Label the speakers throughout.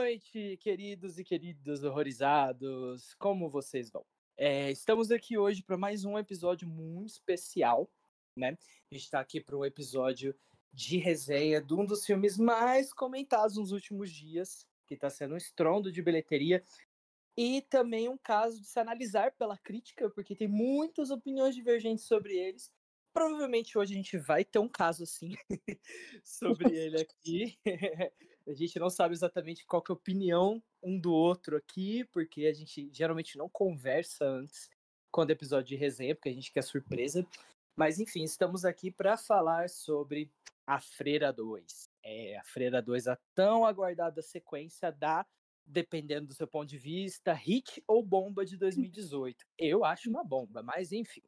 Speaker 1: noite, queridos e queridas horrorizados. Como vocês vão? Estamos aqui hoje para mais um episódio muito especial, né? A gente está aqui para um episódio de resenha de um dos filmes mais comentados nos últimos dias, que está sendo um estrondo de bilheteria, e também um caso de se analisar pela crítica, porque tem muitas opiniões divergentes sobre eles. Provavelmente hoje a gente vai ter um caso assim sobre ele aqui. A gente não sabe exatamente qual que é a opinião um do outro aqui, porque a gente geralmente não conversa antes quando é episódio de resenha, porque a gente quer surpresa. Mas enfim, estamos aqui para falar sobre A Freira 2. A Freira 2, a tão aguardada sequência da, dependendo do seu ponto de vista, hit ou bomba de 2018. Eu acho uma bomba, mas enfim.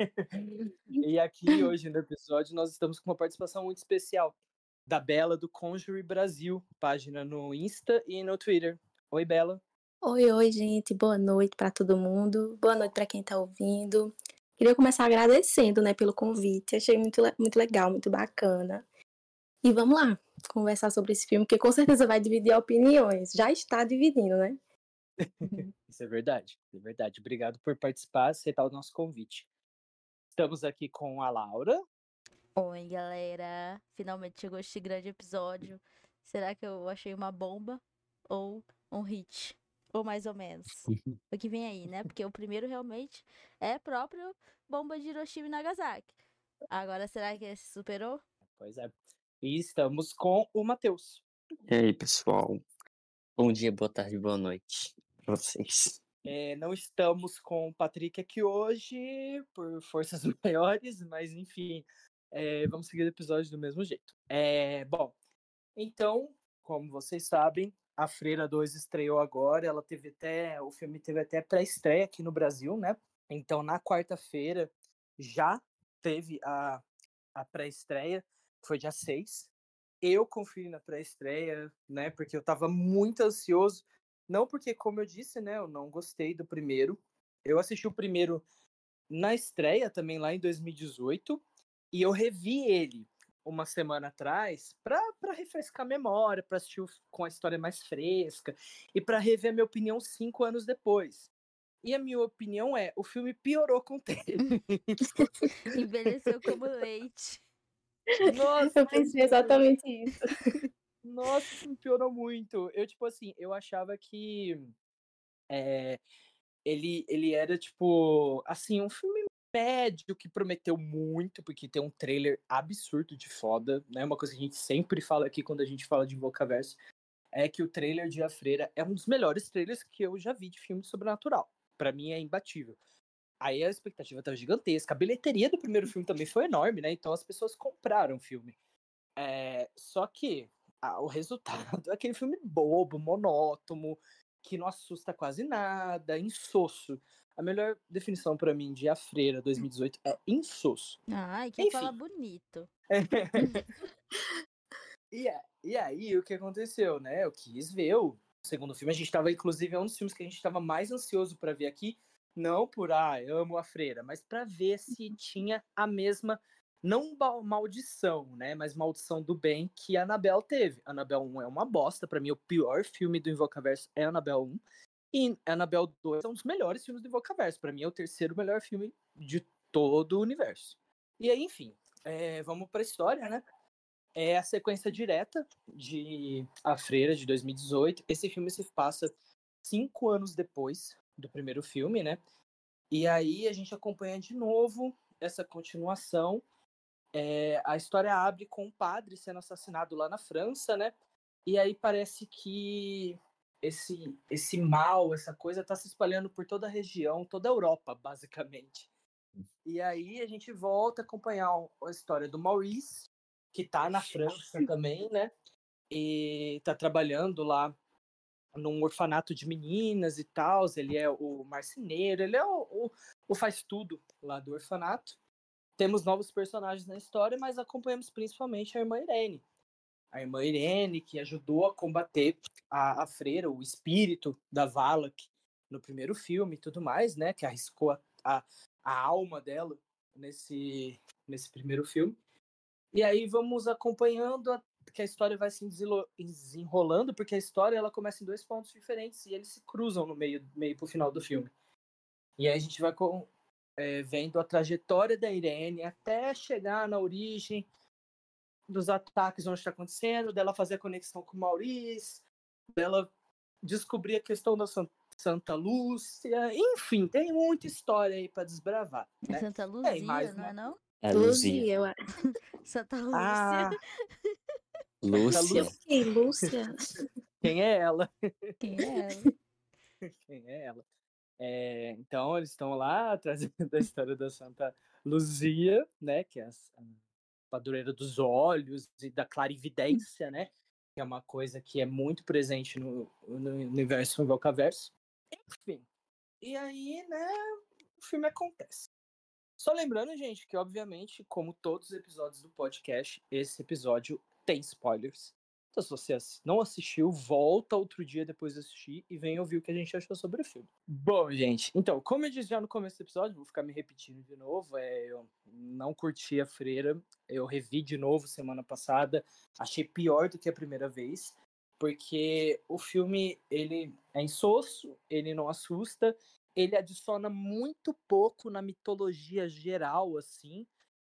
Speaker 1: E aqui hoje no episódio nós estamos com uma participação muito especial da Bela do Conjure Brasil, página no Insta e no Twitter. Oi, Bela.
Speaker 2: Oi, gente. Boa noite para todo mundo. Boa noite para quem tá ouvindo. Queria começar agradecendo, pelo convite. Achei muito legal, muito bacana. E vamos lá conversar sobre esse filme, que com certeza vai dividir opiniões. Já está dividindo, né?
Speaker 1: Isso é verdade, é verdade. Obrigado por participar, aceitar o nosso convite. Estamos aqui com a Laura.
Speaker 3: Oi, galera. Finalmente chegou este grande episódio. Será que eu achei uma bomba ou um hit? Ou mais ou menos. O que vem aí, né? Porque o primeiro realmente é próprio bomba de Hiroshima e Nagasaki. Agora, será que esse superou?
Speaker 1: Pois é. E estamos com o Matheus.
Speaker 4: E aí, pessoal? Bom dia, boa tarde, boa noite pra vocês.
Speaker 1: Não estamos com o Patrick aqui hoje, por forças maiores, mas enfim, vamos seguir o episódio do mesmo jeito. Bom, então, como vocês sabem, A Freira 2 estreou agora, o filme teve até pré-estreia aqui no Brasil, né? Então, na quarta-feira, já teve a pré-estreia, foi dia 6. Eu conferi na pré-estreia, né? Porque eu tava muito ansioso. Não porque, como eu disse, né? Eu não gostei do primeiro. Eu assisti o primeiro na estreia também, lá em 2018. E eu revi ele uma semana atrás para refrescar a memória, para assistir com a história mais fresca e para rever a minha opinião 5 anos depois. E a minha opinião é, o filme piorou com o tempo.
Speaker 3: Envelheceu como leite.
Speaker 1: Nossa,
Speaker 2: Eu pensei exatamente isso.
Speaker 1: nossa, isso me piorou muito. Eu achava que ele era, tipo, assim, um filme médio que prometeu muito, porque tem um trailer absurdo de foda, né? Uma coisa que a gente sempre fala aqui quando a gente fala de Invocaverso é que o trailer de A Freira é um dos melhores trailers que eu já vi de filme sobrenatural. Pra mim é imbatível. Aí a expectativa tava gigantesca. A bilheteria do primeiro filme também foi enorme, né? Então as pessoas compraram o filme. Só que o resultado é aquele filme bobo, monótono, que não assusta quase nada, insosso. A melhor definição pra mim de A Freira 2018 é insosso.
Speaker 3: Ai, que
Speaker 1: Enfim.
Speaker 3: fala bonito.
Speaker 1: E aí, o que aconteceu, né? Eu quis ver o segundo filme. A gente tava, inclusive, é um dos filmes que a gente tava mais ansioso pra ver aqui. Não por, eu amo A Freira, mas pra ver se tinha a mesma, não maldição, né? Mas maldição do bem que a Annabelle teve. Annabelle 1 é uma bosta. Pra mim, o pior filme do Invocaverso é Annabelle 1. E Annabelle 2 é um dos melhores filmes do Invocaverso. Pra mim, é o terceiro melhor filme de todo o universo. E aí, enfim, vamos pra história, né? É a sequência direta de A Freira, de 2018. Esse filme se passa 5 anos depois do primeiro filme, né? E aí a gente acompanha de novo essa continuação. A história abre com um padre sendo assassinado lá na França, né? E aí parece que esse mal, essa coisa, tá se espalhando por toda a região, toda a Europa, basicamente. E aí a gente volta a acompanhar a história do Maurice, que tá na França também, né? E tá trabalhando lá num orfanato de meninas e tal. Ele é o marceneiro, ele é o faz tudo lá do orfanato. Temos novos personagens na história, mas acompanhamos principalmente a irmã Irene. A irmã Irene, que ajudou a combater a freira, o espírito da Valak no primeiro filme e tudo mais, né? Que arriscou a alma dela nesse primeiro filme. E aí vamos acompanhando que a história vai se desenrolando, porque a história ela começa em 2 pontos diferentes e eles se cruzam no meio pro final do filme. E aí a gente vai vendo a trajetória da Irene até chegar na origem dos ataques onde está acontecendo, dela fazer a conexão com o Maurice, dela descobrir a questão da Santa Lúcia, enfim, tem muita história aí para desbravar.
Speaker 3: É
Speaker 1: Né?
Speaker 3: Santa Luzia,
Speaker 1: mais
Speaker 3: não é não?
Speaker 4: É
Speaker 2: Luzia, eu
Speaker 3: Santa Lúcia.
Speaker 1: Ah,
Speaker 4: Lúcia.
Speaker 2: Lúcia, Lúcia.
Speaker 1: Quem é ela?
Speaker 3: Quem é ela?
Speaker 1: Quem é ela? Então, eles estão lá trazendo a história da Santa Luzia, né? Que é a padroeira dos olhos e da clarividência, né? Que é uma coisa que é muito presente no universo Invocaverso. Enfim. E aí, né? O filme acontece. Só lembrando, gente, que obviamente, como todos os episódios do podcast, esse episódio tem spoilers. Então, se você não assistiu, volta outro dia depois de assistir e vem ouvir o que a gente achou sobre o filme. Bom, gente, então, como eu disse já no começo do episódio, vou ficar me repetindo de novo, eu não curti a Freira, eu revi de novo semana passada, achei pior do que a primeira vez, porque o filme, ele é insosso, ele não assusta, ele adiciona muito pouco na mitologia geral, assim,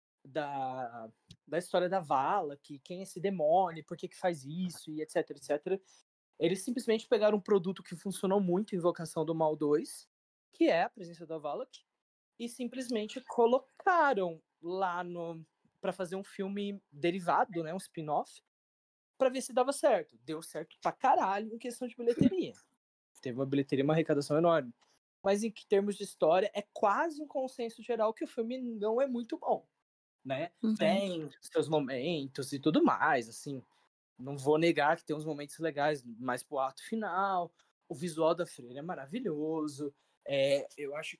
Speaker 1: da história da Vala, que quem é esse demônio, por que faz isso, e etc, etc. Eles simplesmente pegaram um produto que funcionou muito em Invocação do Mal 2, que é a presença da Valak, e simplesmente colocaram lá para fazer um filme derivado, né, um spin-off, para ver se dava certo. Deu certo pra caralho em questão de bilheteria. Teve uma bilheteria, uma arrecadação enorme. Mas em termos de história, é quase um consenso geral que o filme não é muito bom, né?
Speaker 2: Uhum.
Speaker 1: Tem seus momentos e tudo mais, assim. Não vou negar que tem uns momentos legais, mais pro ato final. O visual da Freira é maravilhoso. Eu acho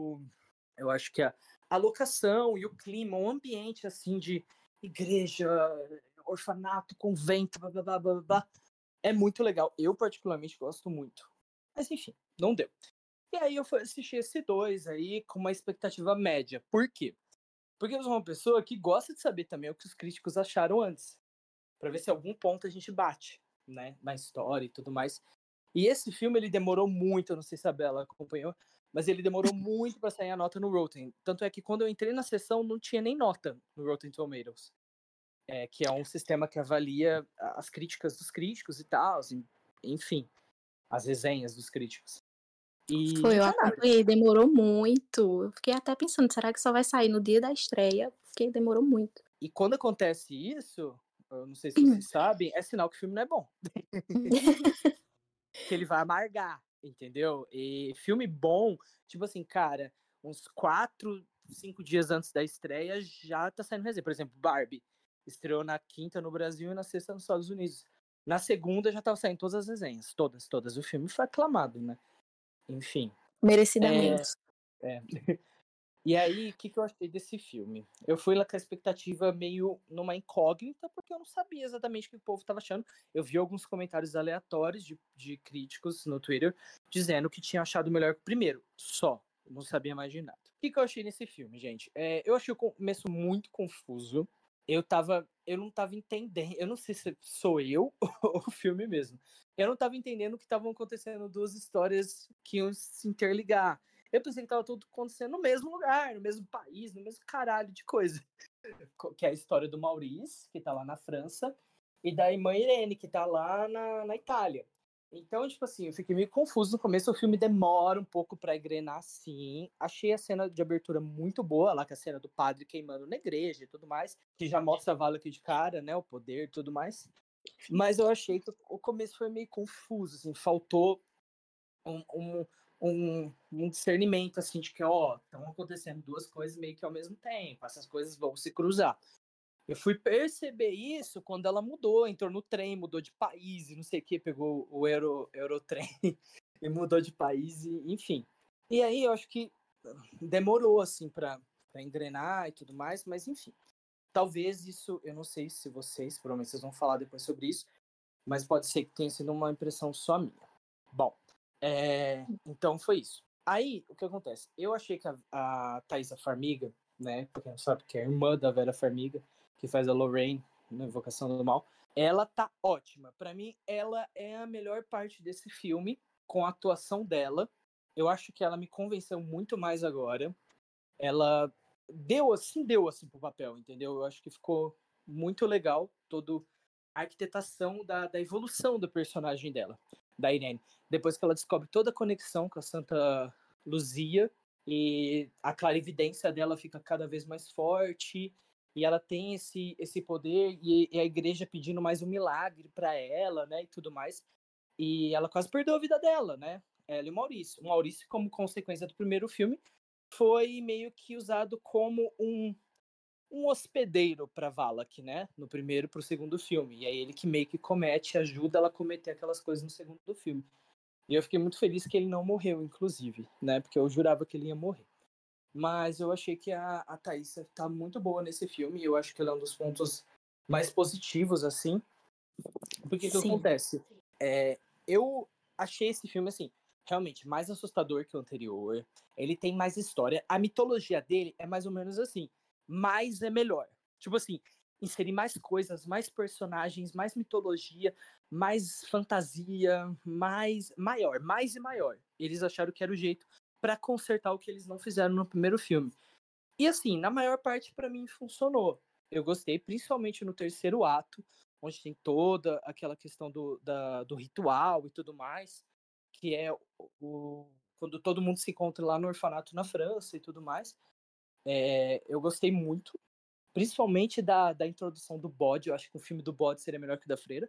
Speaker 1: que a locação e o clima, o ambiente, assim, de igreja, orfanato, convento, blá, blá, blá, blá, blá, é muito legal. Eu, particularmente, gosto muito. Mas, enfim, não deu. E aí eu fui assistir esse 2 aí com uma expectativa média. Por quê? Porque eu sou uma pessoa que gosta de saber também o que os críticos acharam antes, para ver se algum ponto a gente bate, né, na história e tudo mais. E esse filme ele demorou muito, eu não sei se a Bela acompanhou, mas ele demorou muito para sair a nota no Rotten. Tanto é que quando eu entrei na sessão não tinha nem nota no Rotten Tomatoes, que é um sistema que avalia as críticas dos críticos e tal, enfim, as resenhas dos críticos. E
Speaker 2: Foi,
Speaker 1: não
Speaker 2: eu
Speaker 1: tinha nada.
Speaker 2: acompanhei, demorou muito. Eu fiquei até pensando, será que só vai sair no dia da estreia? Porque demorou muito.
Speaker 1: E quando acontece isso, eu não sei se vocês sabem, é sinal que o filme não é bom. Que ele vai amargar, entendeu? E filme bom, tipo assim, cara, uns 4, 5 dias antes da estreia já tá saindo resenha. Por exemplo, Barbie estreou na quinta no Brasil e na sexta nos Estados Unidos. Na segunda já tava saindo todas as resenhas, todas. O filme foi aclamado, né? Enfim.
Speaker 2: Merecidamente.
Speaker 1: É. E aí, o que eu achei desse filme? Eu fui lá com a expectativa meio numa incógnita, porque eu não sabia exatamente o que o povo estava achando. Eu vi alguns comentários aleatórios de críticos no Twitter dizendo que tinha achado melhor que o primeiro. Só. Eu não sabia mais de nada. O que eu achei nesse filme, gente? Eu achei o começo muito confuso. Eu não tava entendendo. Eu não sei se sou eu ou o filme mesmo. Eu não tava entendendo que estavam acontecendo duas histórias que iam se interligar. Eu pensei que tava tudo acontecendo no mesmo lugar, no mesmo país, no mesmo caralho de coisa. Que é a história do Maurice, que tá lá na França, e da irmã Irene, que tá lá na Itália. Então, tipo assim, eu fiquei meio confuso no começo. O filme demora um pouco pra engrenar, sim. Achei a cena de abertura muito boa, lá com a cena do padre queimando na igreja e tudo mais, que já mostra a vala aqui de cara, né, o poder e tudo mais. Mas eu achei que o começo foi meio confuso, assim, faltou um discernimento, assim, de que, ó, estão acontecendo duas coisas meio que ao mesmo tempo, essas coisas vão se cruzar. Eu fui perceber isso quando ela mudou, entrou no trem, mudou de país e não sei o que, pegou o Eurotrem e mudou de país, enfim. E aí eu acho que demorou, assim, pra engrenar e tudo mais, mas enfim. Talvez isso, eu não sei se vocês, provavelmente vocês vão falar depois sobre isso, mas pode ser que tenha sido uma impressão só minha. Bom, então foi isso. Aí, o que acontece? Eu achei que a Thaisa Farmiga, né, pra quem não sabe, que é a irmã da Vera Farmiga, que faz a Lorraine na Invocação do Mal, Ela tá ótima. Pra mim, ela é a melhor parte desse filme, com a atuação dela. Eu acho que ela me convenceu muito mais agora. Ela deu assim pro papel, entendeu? Eu acho que ficou muito legal toda a arquitetação da evolução do personagem dela, da Irene. Depois que ela descobre toda a conexão com a Santa Luzia e a clarividência dela fica cada vez mais forte e ela tem esse poder e a igreja pedindo mais um milagre para ela, né, e tudo mais. E ela quase perdeu a vida dela, né? Ela e o Maurício. O Maurício, como consequência do primeiro filme, foi meio que usado como um hospedeiro para Valak, né? No primeiro para o segundo filme. E aí ele que meio que ajuda ela a cometer aquelas coisas no segundo filme. E eu fiquei muito feliz que ele não morreu, inclusive, né? Porque eu jurava que ele ia morrer. Mas eu achei que a Thaísa tá muito boa nesse filme. E eu acho que ela é um dos pontos mais positivos, assim. Porque o que
Speaker 2: Sim.
Speaker 1: acontece? Eu achei esse filme, assim, realmente mais assustador que o anterior. Ele tem mais história. A mitologia dele é mais ou menos assim. Mais é melhor. Tipo assim, inserir mais coisas, mais personagens, mais mitologia, mais fantasia, maior, mais e maior. Eles acharam que era o jeito pra consertar o que eles não fizeram no primeiro filme. E assim, na maior parte pra mim funcionou. Eu gostei, principalmente no terceiro ato, onde tem toda aquela questão do ritual e tudo mais, que é quando todo mundo se encontra lá no orfanato na França e tudo mais. Eu gostei muito, principalmente da introdução do bode. Eu acho que o filme do bode seria melhor que o da freira.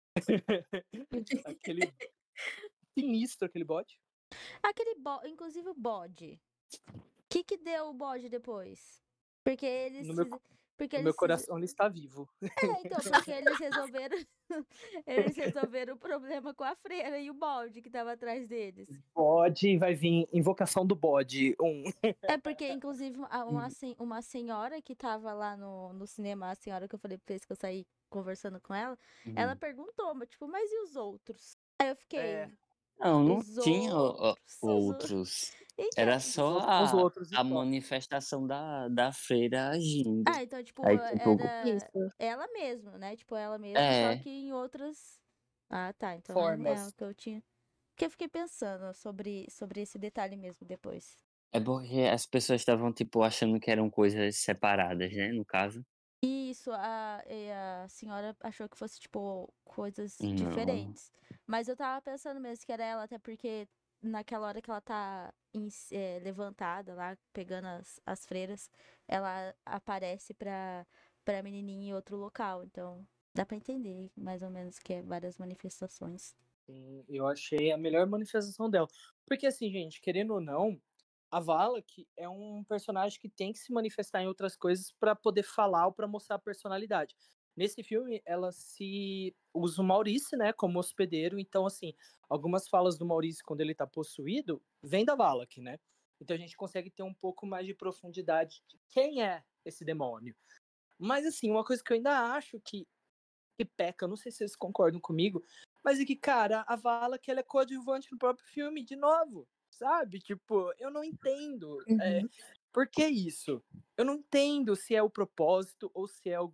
Speaker 1: Aquele sinistro, aquele bode.
Speaker 3: Inclusive o bode. O que deu o bode depois? Porque eles
Speaker 1: No meu,
Speaker 3: fizeram. Porque
Speaker 1: no meu
Speaker 3: eles fizeram.
Speaker 1: coração ele está vivo.
Speaker 3: Então, porque eles resolveram. Eles resolveram o problema com a freira e o bode que tava atrás deles.
Speaker 1: Bode, vai vir Invocação do Bode 1.
Speaker 3: É porque, inclusive, uma senhora que tava lá no cinema, a senhora que eu falei pra vocês que eu saí conversando com ela perguntou, mas, tipo, mas e os outros? Aí eu fiquei,
Speaker 4: Não
Speaker 3: os
Speaker 4: tinha
Speaker 3: outros?
Speaker 4: outros. Era
Speaker 3: Então,
Speaker 4: só
Speaker 1: Os outros e
Speaker 4: a
Speaker 1: só.
Speaker 4: manifestação da freira agindo.
Speaker 3: então, tipo,
Speaker 4: Aí, tipo,
Speaker 3: era
Speaker 2: Isso.
Speaker 3: ela mesma, né? Tipo, ela mesma, só
Speaker 4: é,
Speaker 3: que em outras. Ah, tá. Então é o
Speaker 1: Formas.
Speaker 3: que eu tinha. Que eu fiquei pensando sobre esse detalhe mesmo depois.
Speaker 4: é porque as pessoas estavam, tipo, achando que eram coisas separadas, né, no caso.
Speaker 3: Isso, a senhora achou que fosse, tipo, coisas
Speaker 4: Não.
Speaker 3: diferentes. Mas eu tava pensando mesmo que era ela, até porque naquela hora que ela tá levantada lá, pegando as freiras, ela aparece pra menininha em outro local. Então, dá pra entender mais ou menos que é várias manifestações.
Speaker 1: Sim, eu achei a melhor manifestação dela. Porque assim, gente, querendo ou não, a Valak é um personagem que tem que se manifestar em outras coisas para poder falar ou para mostrar a personalidade. Nesse filme, ela se usa o Maurício, né, como hospedeiro. Então, assim, algumas falas do Maurício quando ele tá possuído vem da Valak, né? Então a gente consegue ter um pouco mais de profundidade de quem é esse demônio. Mas assim, uma coisa que eu ainda acho que peca, não sei se vocês concordam comigo, mas é que, cara, a Vala que ela é coadjuvante no próprio filme, de novo, sabe? Tipo, eu não entendo.
Speaker 2: Uhum.
Speaker 1: Por que isso? Eu não entendo se é o propósito ou se é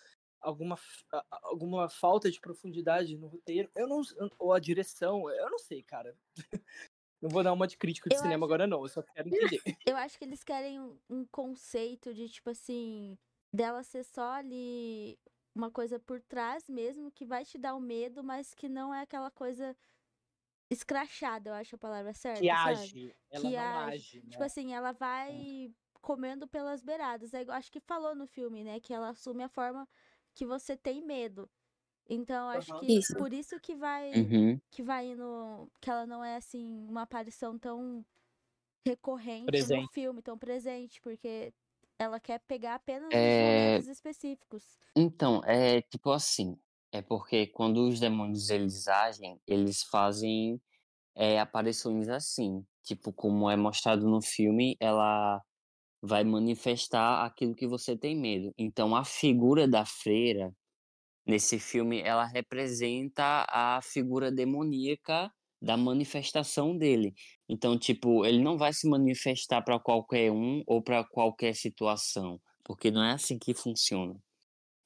Speaker 1: alguma falta de profundidade no roteiro. Eu não, ou a direção, eu não sei, cara. Não vou dar uma de crítico de
Speaker 3: Eu
Speaker 1: cinema
Speaker 3: acho,
Speaker 1: agora, não. Eu só quero entender.
Speaker 3: eu acho que eles querem um conceito de, tipo assim, dela ser só ali uma coisa por trás mesmo, que vai te dar o medo, mas que não é aquela coisa escrachada, eu acho a palavra
Speaker 1: Que
Speaker 3: certa, sabe?
Speaker 1: age, ela
Speaker 3: Que
Speaker 1: não
Speaker 3: age.
Speaker 1: age,
Speaker 3: Tipo
Speaker 1: né?
Speaker 3: assim, ela vai comendo pelas beiradas. Acho que falou no filme, né? Que ela assume a forma que você tem medo. Então, acho
Speaker 1: Aham.
Speaker 3: que
Speaker 2: Isso.
Speaker 3: por isso
Speaker 4: Uhum.
Speaker 3: que vai indo, que ela não é assim uma aparição tão recorrente no
Speaker 1: Presente.
Speaker 3: filme, tão presente, porque ela quer pegar apenas os
Speaker 4: É,
Speaker 3: momentos específicos.
Speaker 4: então, é tipo assim, é porque quando os demônios eles agem, eles fazem aparições assim, tipo como é mostrado no filme, ela vai manifestar aquilo que você tem medo. Então a figura da freira nesse filme, ela representa a figura demoníaca da manifestação dele. Então, tipo, ele não vai se manifestar para qualquer um ou para qualquer situação, porque não é assim que funciona.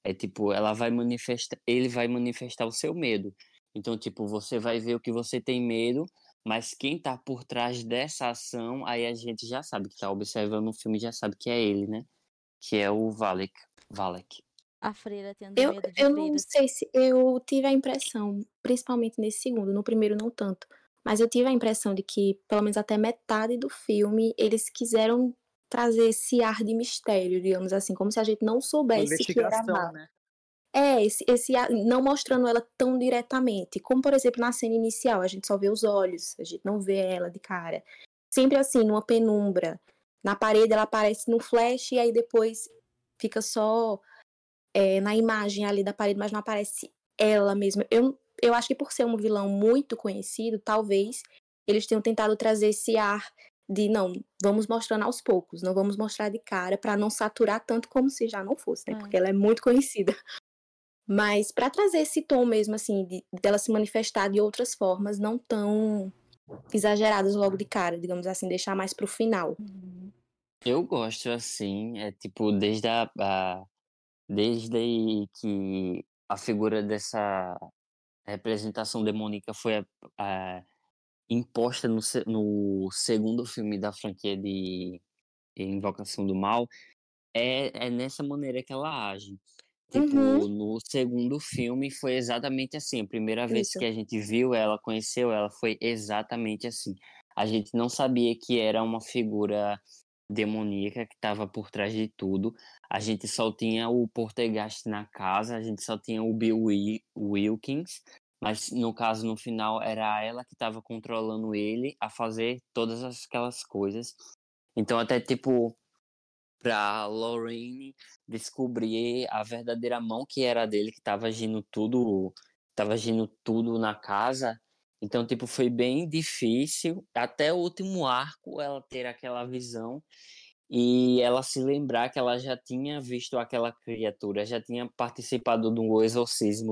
Speaker 4: É tipo, ele vai manifestar o seu medo. Então, tipo, você vai ver o que você tem medo, mas quem tá por trás dessa ação, aí a gente já sabe que tá observando o filme, já sabe que é ele, né? Que é o Valek. Valek.
Speaker 3: A freira tendo
Speaker 2: Eu,
Speaker 3: medo de
Speaker 2: eu não
Speaker 3: freiras.
Speaker 2: sei se eu tive a impressão, principalmente nesse segundo, no primeiro não tanto, mas eu tive a impressão de que, pelo menos até metade do filme, eles quiseram trazer esse ar de mistério, digamos assim, como se a gente não
Speaker 1: Uma
Speaker 2: soubesse que era
Speaker 1: investigação,
Speaker 2: má.
Speaker 1: né?
Speaker 2: Esse ar, não mostrando ela tão diretamente, como por exemplo na cena inicial, a gente só vê os olhos, a gente não vê ela de cara. Sempre assim, numa penumbra. Na parede ela aparece no flash e aí depois fica só na imagem ali da parede, mas não aparece ela mesma. Eu acho que por ser um vilão muito conhecido, talvez eles tenham tentado trazer esse ar de não, vamos mostrando aos poucos, não vamos mostrar de cara para não saturar tanto como se já não fosse, né? Porque ela é muito conhecida. Mas para trazer esse tom mesmo assim dela se manifestar de outras formas não tão exageradas logo de cara, digamos assim, deixar mais pro final.
Speaker 4: Eu gosto assim, é tipo, desde que a figura dessa representação demoníaca foi imposta no segundo filme da franquia de Invocação do Mal, é nessa maneira que ela age.
Speaker 2: Uhum,
Speaker 4: Tipo, no segundo filme foi exatamente assim. A primeira vez
Speaker 2: isso.
Speaker 4: que a gente viu ela, conheceu ela, foi exatamente assim. A gente não sabia que era uma figura demoníaca que estava por trás de tudo. A gente só tinha o Poltergeist na casa, a gente só tinha o Bill Wilkins, mas no caso, no final, era ela que estava controlando ele a fazer todas aquelas coisas. Então, até tipo, pra Lorraine descobrir a verdadeira mão que era dele, que tava agindo tudo na casa. Então, tipo, foi bem difícil, até o último arco, ela ter aquela visão e ela se lembrar que ela já tinha visto aquela criatura, já tinha participado do exorcismo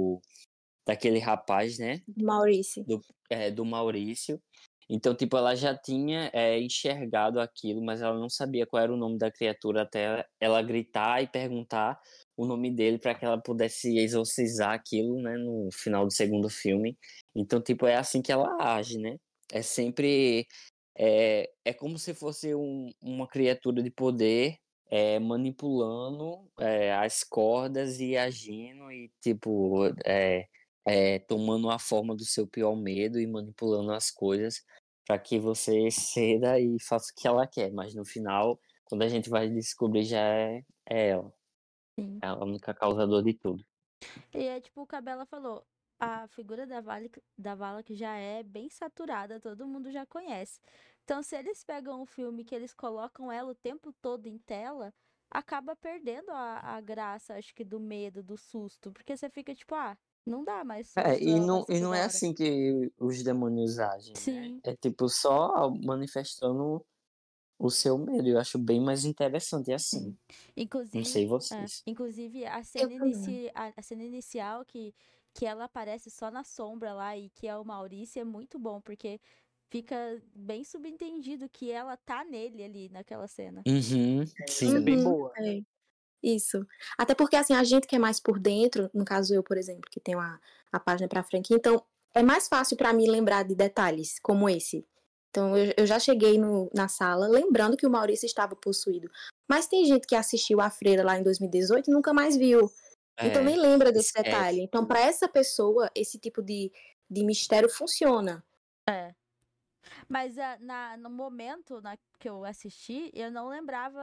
Speaker 4: daquele rapaz, né?
Speaker 2: Maurício.
Speaker 4: Do Maurício. Então, tipo, ela já tinha enxergado aquilo, mas ela não sabia qual era o nome da criatura até ela gritar e perguntar o nome dele para que ela pudesse exorcizar aquilo, né, no final do segundo filme. Então, tipo, é assim que ela age, né? É sempre é como se fosse uma criatura de poder manipulando as cordas e agindo e tipo tomando a forma do seu pior medo e manipulando as coisas para que você ceda e faça o que ela quer. Mas no final, quando a gente vai descobrir, já é ela.
Speaker 3: Sim.
Speaker 4: É a única causadora de tudo.
Speaker 3: E é tipo o que a Bela falou, a figura da Valak já é bem saturada, todo mundo já conhece. Então, se eles pegam um filme que eles colocam ela o tempo todo em tela, acaba perdendo a graça, acho que, do medo, do susto. Porque você fica tipo, não dá mais susto
Speaker 4: E
Speaker 3: ela
Speaker 4: não,
Speaker 3: passando
Speaker 4: é
Speaker 3: toda hora.
Speaker 4: assim que os demônios agem, né?
Speaker 3: Sim.
Speaker 4: É tipo só manifestando o seu medo. Eu acho bem mais interessante assim.
Speaker 3: Sim.
Speaker 4: Não sei
Speaker 3: Inclusive,
Speaker 4: vocês.
Speaker 3: inclusive
Speaker 2: Eu também.
Speaker 3: a cena inicial que ela aparece só na sombra lá e que é o Maurício é muito bom, porque fica bem subentendido que ela tá nele ali naquela cena.
Speaker 4: Uhum,
Speaker 1: Isso é
Speaker 4: sim.
Speaker 1: bem
Speaker 2: Uhum,
Speaker 1: boa.
Speaker 2: isso. Até porque, assim, a gente que é mais por dentro, no caso eu, por exemplo, que tenho a página pra franquia, então é mais fácil pra mim lembrar de detalhes como esse. Então eu já cheguei na sala lembrando que o Maurício estava possuído. Mas tem gente que assistiu a Freira lá em 2018 e nunca mais viu. Então nem lembra desse detalhe.
Speaker 4: Esquece.
Speaker 2: Então, pra essa pessoa, esse tipo de mistério funciona.
Speaker 3: É. Mas no momento que eu assisti, eu não lembrava.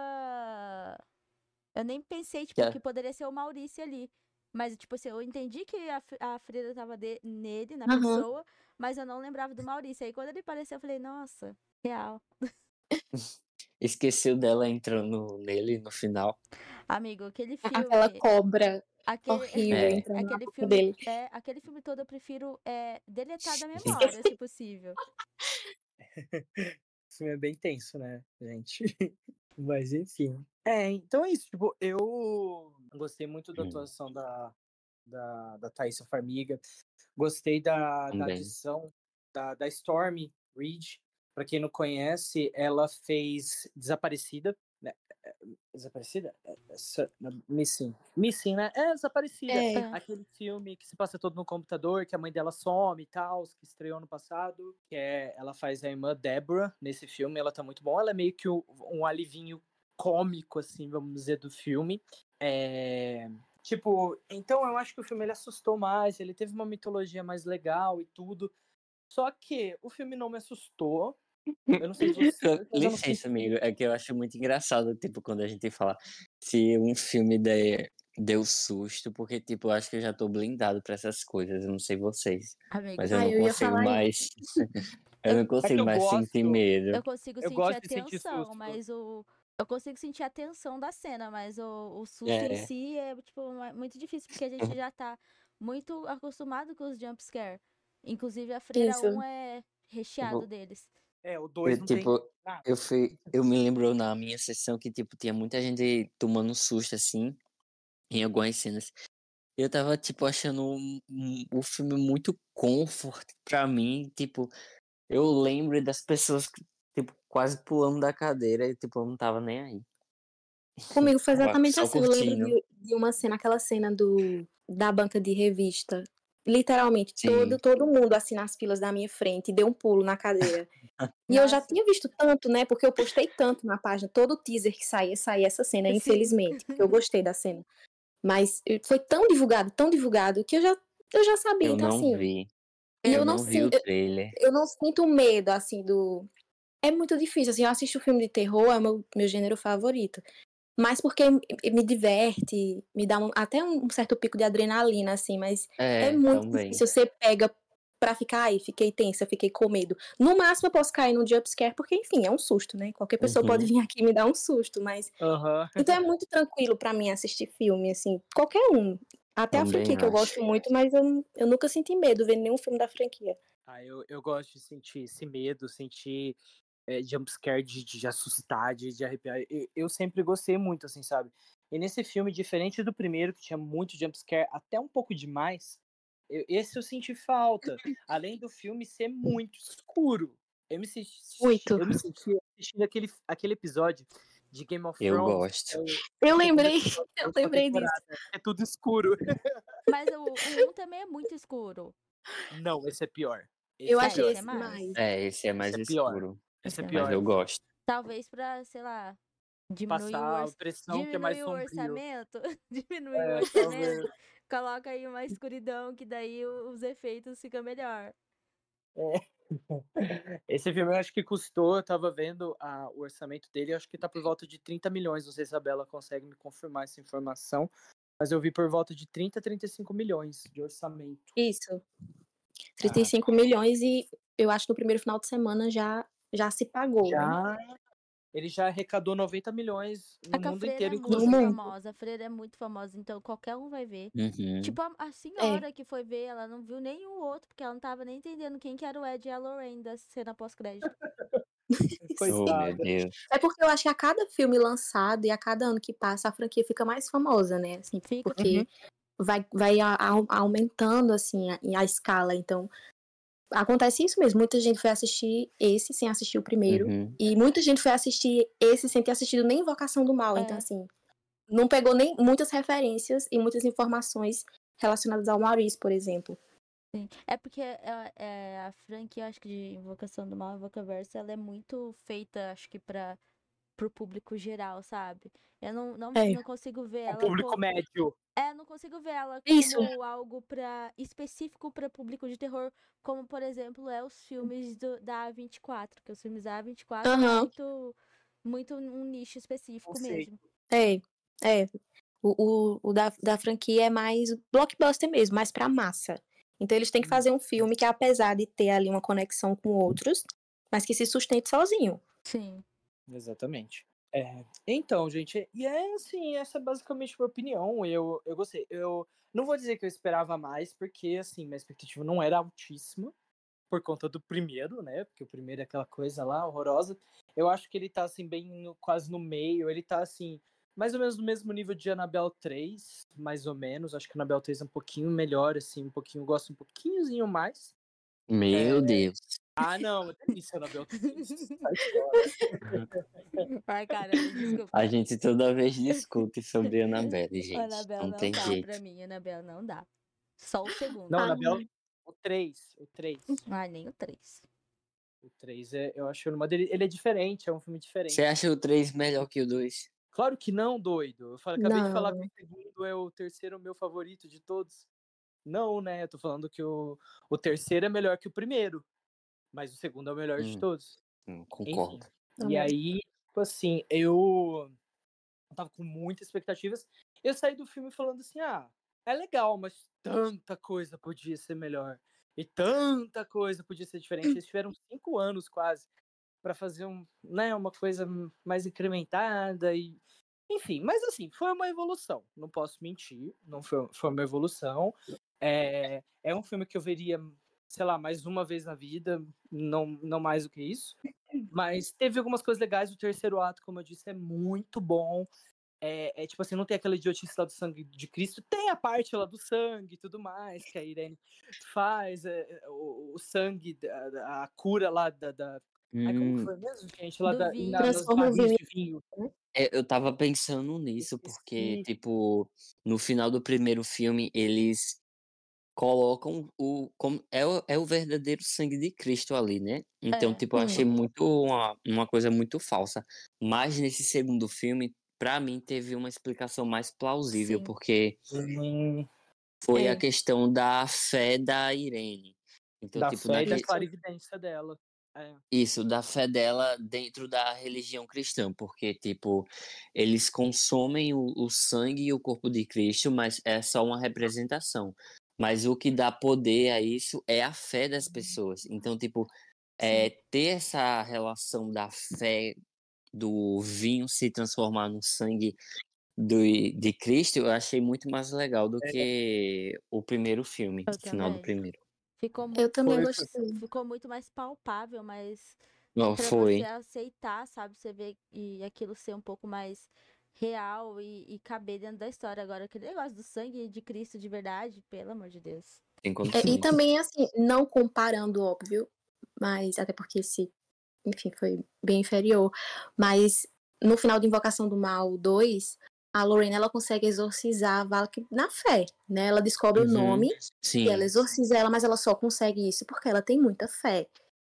Speaker 3: Eu nem pensei, tipo, que poderia ser o Maurício ali. Mas, tipo assim, eu entendi que a Frida tava nele, na
Speaker 2: Aham.
Speaker 3: pessoa, mas eu não lembrava do Maurício. Aí quando ele apareceu, eu falei, nossa, real.
Speaker 4: Esqueceu dela entrando nele no final.
Speaker 3: Amigo, aquele
Speaker 2: Aquela
Speaker 3: filme.
Speaker 2: Aquela
Speaker 3: Aquele,
Speaker 2: horrível
Speaker 4: É.
Speaker 2: entrando na
Speaker 3: aquele
Speaker 2: boca
Speaker 3: filme.
Speaker 2: dele.
Speaker 3: Aquele filme todo eu prefiro deletar da memória, se
Speaker 2: Esqueci.
Speaker 3: possível.
Speaker 1: O filme é bem tenso, né, gente? Mas enfim. Então é isso. Tipo, eu gostei muito da
Speaker 4: Hum,
Speaker 1: atuação da Thaisa Farmiga. Gostei da
Speaker 4: também.
Speaker 1: adição da Stormy Reed. Pra quem não conhece, ela fez Desaparecida, né? Desaparecida? Missing. Missing, né? É, Desaparecida.
Speaker 2: É.
Speaker 1: Aquele filme que se passa todo no computador, que a mãe dela some e tal, que estreou ano passado. Ela faz a irmã Deborah nesse filme, ela tá muito bom. Ela é meio que um alivinho cômico, assim, vamos dizer, do filme. Tipo, então eu acho que o filme ele assustou mais, ele teve uma mitologia mais legal e tudo. Só que o filme não me assustou. Eu não sei você, mas eu não
Speaker 4: Licença, amigo, é que eu acho muito engraçado, tipo, quando a gente fala se um filme deu susto, porque, tipo, eu acho que eu já tô blindado pra essas coisas, eu não sei vocês,
Speaker 3: Amigo,
Speaker 4: mas eu não
Speaker 2: eu ia
Speaker 4: consigo
Speaker 2: falar isso.
Speaker 4: mais, eu
Speaker 3: eu,
Speaker 4: não
Speaker 1: É que
Speaker 4: consigo
Speaker 1: eu
Speaker 4: mais sentir
Speaker 1: gosto.
Speaker 4: medo.
Speaker 3: eu consigo
Speaker 1: Eu
Speaker 3: sentir
Speaker 1: gosto
Speaker 3: a
Speaker 1: de sentir
Speaker 3: tensão,
Speaker 1: susto.
Speaker 3: mas eu consigo sentir a tensão da cena, mas o susto em
Speaker 4: É,
Speaker 3: si é, tipo, muito difícil, porque a gente já tá muito acostumado com os jumpscare. Inclusive, a Freira
Speaker 2: Isso.
Speaker 3: 1 é recheado
Speaker 4: tipo,
Speaker 3: deles.
Speaker 1: O 2 não tem nada.
Speaker 4: eu me lembro na minha sessão que, tipo, tinha muita gente tomando susto, assim, em algumas cenas. Eu tava, tipo, achando o filme muito comfort pra mim, tipo, eu lembro das pessoas, tipo, quase pulando da cadeira e, tipo, eu não tava nem aí.
Speaker 2: Comigo foi
Speaker 4: Tava
Speaker 2: exatamente
Speaker 4: só
Speaker 2: assim. Eu lembro
Speaker 4: curtindo.
Speaker 2: de uma cena, aquela cena da banca de revista. Literalmente,
Speaker 4: Sim.
Speaker 2: todo mundo assim nas filas da minha frente deu um pulo na cadeira. E eu já
Speaker 3: Nossa,
Speaker 2: tinha visto tanto, né? Porque eu postei tanto na página, todo o teaser que saía essa cena,
Speaker 3: sim.
Speaker 2: infelizmente. Porque eu gostei da cena. Mas foi tão divulgado, que eu já sabia.
Speaker 4: Eu
Speaker 2: Então,
Speaker 4: não
Speaker 2: assim,
Speaker 4: vi.
Speaker 2: e
Speaker 4: Eu não vi o trailer.
Speaker 2: eu não sinto medo, assim, do. É muito difícil, assim, eu assisto filme de terror, é o meu gênero favorito. Mas porque me diverte, me dá até um certo pico de adrenalina, assim, mas é
Speaker 4: É,
Speaker 2: muito
Speaker 4: também.
Speaker 2: difícil. Você pega pra ficar aí, fiquei tensa, fiquei com medo. No máximo eu posso cair num jumpscare, porque, enfim, é um susto, né? Qualquer pessoa pode
Speaker 4: Uhum.
Speaker 2: vir aqui e me dar um susto, mas.
Speaker 1: Aham.
Speaker 2: Então é muito tranquilo pra mim assistir filme, assim, qualquer um. Até a
Speaker 4: Também
Speaker 2: franquia que eu
Speaker 4: acho.
Speaker 2: gosto muito, mas eu nunca senti medo vendo nenhum filme da franquia.
Speaker 1: Eu gosto de sentir esse medo, sentir jumpscare de assustar, de arrepiar. Eu sempre gostei muito, assim, sabe? E nesse filme, diferente do primeiro, que tinha muito jumpscare, até um pouco demais, esse eu senti falta. Além do filme ser muito escuro.
Speaker 2: Muito.
Speaker 1: Eu me senti assistindo aquele episódio de Game of
Speaker 4: Eu
Speaker 1: Thrones, que é
Speaker 4: gosto.
Speaker 1: o
Speaker 2: Eu
Speaker 1: segundo
Speaker 2: lembrei,
Speaker 1: episódio da
Speaker 2: eu
Speaker 1: última
Speaker 2: lembrei disso.
Speaker 1: temporada. É tudo escuro.
Speaker 3: Mas o 1 também é muito escuro.
Speaker 1: Não, esse é pior.
Speaker 2: Eu
Speaker 1: Esse é
Speaker 3: É,
Speaker 2: achei
Speaker 1: pior.
Speaker 3: esse é
Speaker 2: esse
Speaker 3: mais.
Speaker 2: mais.
Speaker 4: É, esse é
Speaker 1: Esse
Speaker 4: mais
Speaker 1: é pior.
Speaker 4: escuro.
Speaker 1: Esse
Speaker 3: Esse
Speaker 1: é
Speaker 3: é
Speaker 4: Mas
Speaker 3: mais.
Speaker 4: eu
Speaker 1: pior.
Speaker 4: gosto.
Speaker 3: Talvez pra, sei lá, diminuir
Speaker 1: Passar a impressão que é mais
Speaker 3: diminuir o
Speaker 1: sombrio.
Speaker 3: orçamento, diminuir o
Speaker 1: Talvez.
Speaker 3: orçamento, coloca aí uma escuridão que daí os efeitos ficam melhor.
Speaker 1: Esse filme eu acho que custou, eu tava vendo o orçamento dele, eu acho que tá por volta de 30 milhões, não sei se a Bela consegue me confirmar essa informação, mas eu vi por volta de 30 a 35 milhões de orçamento.
Speaker 2: Isso.
Speaker 1: Ah,
Speaker 2: 35 milhões e eu acho que no primeiro final de semana já se pagou, né?
Speaker 1: ele já arrecadou 90 milhões
Speaker 3: É
Speaker 1: no
Speaker 3: que a
Speaker 1: mundo
Speaker 3: freira é
Speaker 1: inteiro,
Speaker 2: No
Speaker 3: muito
Speaker 1: inclusive.
Speaker 2: mundo.
Speaker 3: famosa, a freira é muito famosa, então qualquer um vai ver.
Speaker 4: Uhum.
Speaker 3: Tipo, a
Speaker 2: É.
Speaker 3: senhora que foi ver, ela não viu nenhum outro, porque ela não tava nem entendendo quem que era o Ed e a Lorraine da cena pós-crédito.
Speaker 4: Oh, meu
Speaker 1: Coitada.
Speaker 4: Deus.
Speaker 2: É porque eu acho que a cada filme lançado e a cada ano que passa, a franquia fica mais famosa, né? Assim,
Speaker 3: Fica.
Speaker 2: porque vai aumentando, assim, a escala. Então, acontece isso mesmo. Muita gente foi assistir esse sem assistir o primeiro.
Speaker 4: Uhum.
Speaker 2: E muita gente foi assistir esse sem ter assistido nem Invocação do Mal. Então,
Speaker 3: É.
Speaker 2: assim, não pegou nem muitas referências e muitas informações relacionadas ao Maurício, por exemplo.
Speaker 3: Sim. É porque a franquia, acho que de Invocação do Mal, Invocaverso, ela é muito feita, acho que pro público geral, sabe? Eu
Speaker 2: É.
Speaker 3: não consigo ver
Speaker 1: O
Speaker 3: ela
Speaker 1: público
Speaker 3: como.
Speaker 1: médio.
Speaker 3: Não consigo ver ela
Speaker 2: Isso.
Speaker 3: como algo específico para público de terror, como, por exemplo, os filmes da A24, que os filmes da A24 é
Speaker 2: Aham.
Speaker 3: muito um nicho
Speaker 1: Não
Speaker 3: específico
Speaker 1: sei.
Speaker 3: mesmo.
Speaker 2: É. O da franquia é mais blockbuster mesmo, mais pra massa. Então eles têm que fazer um filme que, apesar de ter ali uma conexão com outros, mas que se sustente sozinho.
Speaker 3: Sim.
Speaker 1: Exatamente. Então, gente, e é assim, essa é basicamente a minha opinião. Eu gostei. Eu não vou dizer que eu esperava mais, porque assim, minha expectativa não era altíssima, por conta do primeiro, né? Porque o primeiro é aquela coisa lá horrorosa. Eu acho que ele tá assim, bem quase no meio. Ele tá assim, mais ou menos no mesmo nível de Annabelle 3, mais ou menos. Acho que Annabelle 3 é um pouquinho melhor, assim, um pouquinho, eu gosto um pouquinhozinho mais.
Speaker 4: Meu Deus.
Speaker 1: Ah, não, é delícia, Anabel. Sai fora.
Speaker 3: Ai, caramba, desculpa.
Speaker 4: A gente toda vez discute sobre Annabelle,
Speaker 3: O
Speaker 4: gente.
Speaker 3: Anabel
Speaker 4: Não
Speaker 3: não
Speaker 4: tem
Speaker 3: dá
Speaker 4: jeito.
Speaker 3: pra mim, Anabel não dá. Só o segundo.
Speaker 1: Não,
Speaker 2: Ah,
Speaker 1: Anabel, o 3. O 3.
Speaker 3: Ai, nem o 3.
Speaker 1: O 3 eu acho uma dele. Ele é diferente, é um filme
Speaker 4: Você
Speaker 1: diferente.
Speaker 4: acha o 3 melhor que o 2?
Speaker 1: Claro que não, doido. Acabei de falar que
Speaker 2: não.
Speaker 1: o segundo é o terceiro meu favorito de todos. Não, né? Eu tô falando que o terceiro é melhor que o primeiro, mas o segundo é o melhor de todos. Enfim.
Speaker 4: Concordo.
Speaker 1: E aí, tipo assim, eu tava com muitas expectativas. Eu saí do filme falando assim, é legal, mas tanta coisa podia ser melhor. E tanta coisa podia ser diferente. Eles tiveram 5 anos quase para fazer uma coisa mais incrementada e enfim, mas assim, foi uma evolução, não posso mentir, não foi uma evolução. É um filme que eu veria, sei lá, mais uma vez na vida, não mais do que isso. Mas teve algumas coisas legais, o terceiro ato, como eu disse, é muito bom. Tipo assim, não tem aquela idiotice lá do sangue de Cristo, tem a parte lá do sangue e tudo mais, que a Irene faz, o sangue, a cura lá Ai, como que foi mesmo, gente? Lá
Speaker 3: Do vinho.
Speaker 1: nas
Speaker 2: Transforma o
Speaker 1: barris
Speaker 2: vinho.
Speaker 1: de vinho.
Speaker 4: Eu tava pensando nisso, porque,
Speaker 1: Esqueci.
Speaker 4: tipo, no final do primeiro filme, eles colocam é o verdadeiro sangue de Cristo ali, né? Então,
Speaker 3: É.
Speaker 4: tipo, eu achei muito uma coisa muito falsa. Mas nesse segundo filme, pra mim, teve uma explicação mais plausível,
Speaker 3: Sim.
Speaker 4: porque
Speaker 1: Hum,
Speaker 4: foi a
Speaker 2: É.
Speaker 4: questão da fé da Irene. Então,
Speaker 1: Da
Speaker 4: tipo,
Speaker 1: fé e da
Speaker 2: Isso.
Speaker 1: clarividência dela.
Speaker 4: isso, da fé dela dentro da religião cristã, porque, tipo, eles consomem o sangue e o corpo de Cristo, mas é só uma representação. Mas o que dá poder a isso é a fé das pessoas. Então, tipo, ter essa relação da fé do vinho se transformar no sangue de Cristo, eu achei muito mais legal do que o primeiro filme,
Speaker 3: Eu
Speaker 4: o final do
Speaker 3: também.
Speaker 4: primeiro.
Speaker 3: Ficou
Speaker 2: Eu
Speaker 3: muito,
Speaker 2: também
Speaker 1: Foi.
Speaker 2: gostei.
Speaker 3: ficou muito mais palpável, mas
Speaker 4: Não,
Speaker 3: pra você
Speaker 4: foi.
Speaker 3: aceitar, sabe? Você ver e aquilo ser um pouco mais real e caber dentro da história. Agora, aquele negócio do sangue de Cristo de verdade, pelo amor de Deus.
Speaker 4: Tem
Speaker 2: E
Speaker 4: condições.
Speaker 2: também, assim, não comparando, óbvio, mas até porque enfim, foi bem inferior. Mas no final de Invocação do Mal 2, a Lorraine, ela consegue exorcizar a Valak na fé, né? Ela descobre o
Speaker 4: Uhum,
Speaker 2: nome e ela
Speaker 4: sim,
Speaker 2: exorciza ela, mas ela só consegue isso porque ela tem muita fé.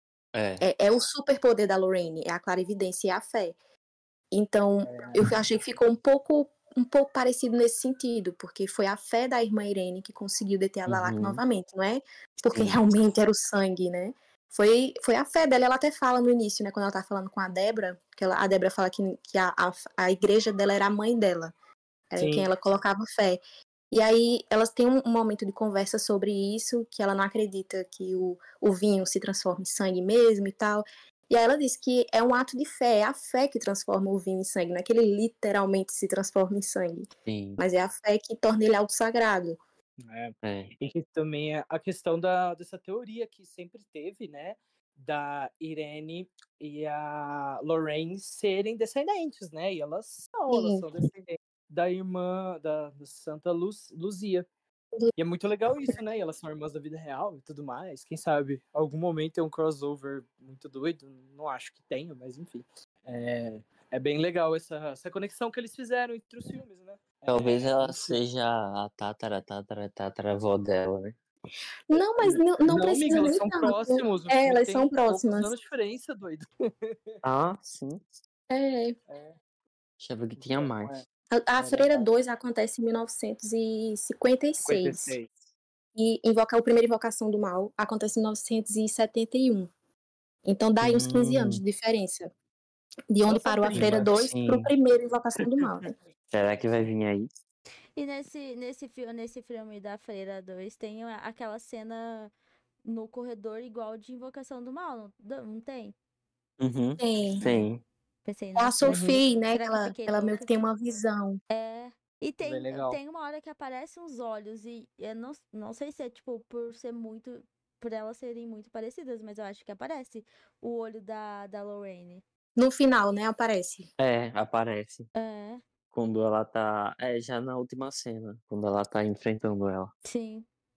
Speaker 2: É o superpoder da Lorraine, é a clarividência e a fé. Então, eu achei que ficou um pouco parecido nesse sentido, porque foi a fé da irmã Irene que conseguiu deter a Valak
Speaker 4: Uhum,
Speaker 2: novamente, não é? Porque
Speaker 4: sim.
Speaker 2: realmente era o sangue, né? Foi a fé dela, ela até fala no início, né, quando ela tá falando com a Débora, a Débora fala que a igreja dela era a mãe dela, era em quem
Speaker 1: Sim.
Speaker 2: ela colocava fé. E aí elas têm um momento de conversa sobre isso, que ela não acredita que o vinho se transforma em sangue mesmo e tal. E aí ela diz que é um ato de fé, é a fé que transforma o vinho em sangue, não é que ele literalmente se transforma em sangue,
Speaker 4: Sim,
Speaker 2: mas é a fé que torna ele algo sagrado.
Speaker 4: é.
Speaker 1: E que também é a questão dessa teoria que sempre teve, né? Da Irene e a Lorraine serem descendentes, né? E elas
Speaker 2: Sim.
Speaker 1: são descendentes da irmã da Santa Luzia. E é muito legal isso, né? E elas são irmãs da vida real e tudo mais. Quem sabe algum momento tem um crossover muito doido. Não acho que tenha, mas enfim. É bem legal essa conexão que eles fizeram entre os filmes, né?
Speaker 4: Talvez ela
Speaker 1: Enfim.
Speaker 4: seja a tataravó dela, né?
Speaker 2: Não, mas não
Speaker 1: Não,
Speaker 2: precisa
Speaker 1: amiga, elas
Speaker 2: nem
Speaker 1: são
Speaker 2: tanto.
Speaker 1: próximos. O
Speaker 2: É,
Speaker 1: filme
Speaker 2: elas são
Speaker 1: tem poucos
Speaker 2: próximas.
Speaker 1: anos de diferença, doido.
Speaker 4: Ah, sim.
Speaker 2: É.
Speaker 4: Achava que tinha
Speaker 1: Então,
Speaker 4: mais.
Speaker 2: A Freira
Speaker 1: legal.
Speaker 2: 2 acontece em 1956.
Speaker 1: 56.
Speaker 2: E a primeira Invocação do Mal acontece em 1971. Então dá aí uns 15 anos de diferença. De onde
Speaker 1: Nossa,
Speaker 2: parou a Freira
Speaker 1: prima.
Speaker 2: 2 pro
Speaker 4: Sim.
Speaker 2: primeiro Invocação do Mal, né?
Speaker 4: Será que vai vir aí?
Speaker 3: E nesse filme da Freira 2 tem aquela cena no corredor igual de Invocação do Mal, não tem?
Speaker 4: Uhum,
Speaker 2: Tem.
Speaker 4: tem.
Speaker 3: Pensei,
Speaker 2: É a
Speaker 3: nossa,
Speaker 2: Sophie, né?
Speaker 3: será que eu fiquei
Speaker 2: Ela meio que
Speaker 3: louca?
Speaker 2: tem uma visão.
Speaker 3: E
Speaker 1: Bem legal.
Speaker 3: tem uma hora que aparecem os olhos e eu não sei se é tipo por elas serem muito parecidas, mas eu acho que aparece o olho da Lorraine.
Speaker 2: No final, né? Aparece.
Speaker 4: É, aparece.
Speaker 3: É,
Speaker 4: Quando ela tá. É, já na última cena. Quando ela tá enfrentando ela.
Speaker 3: sim.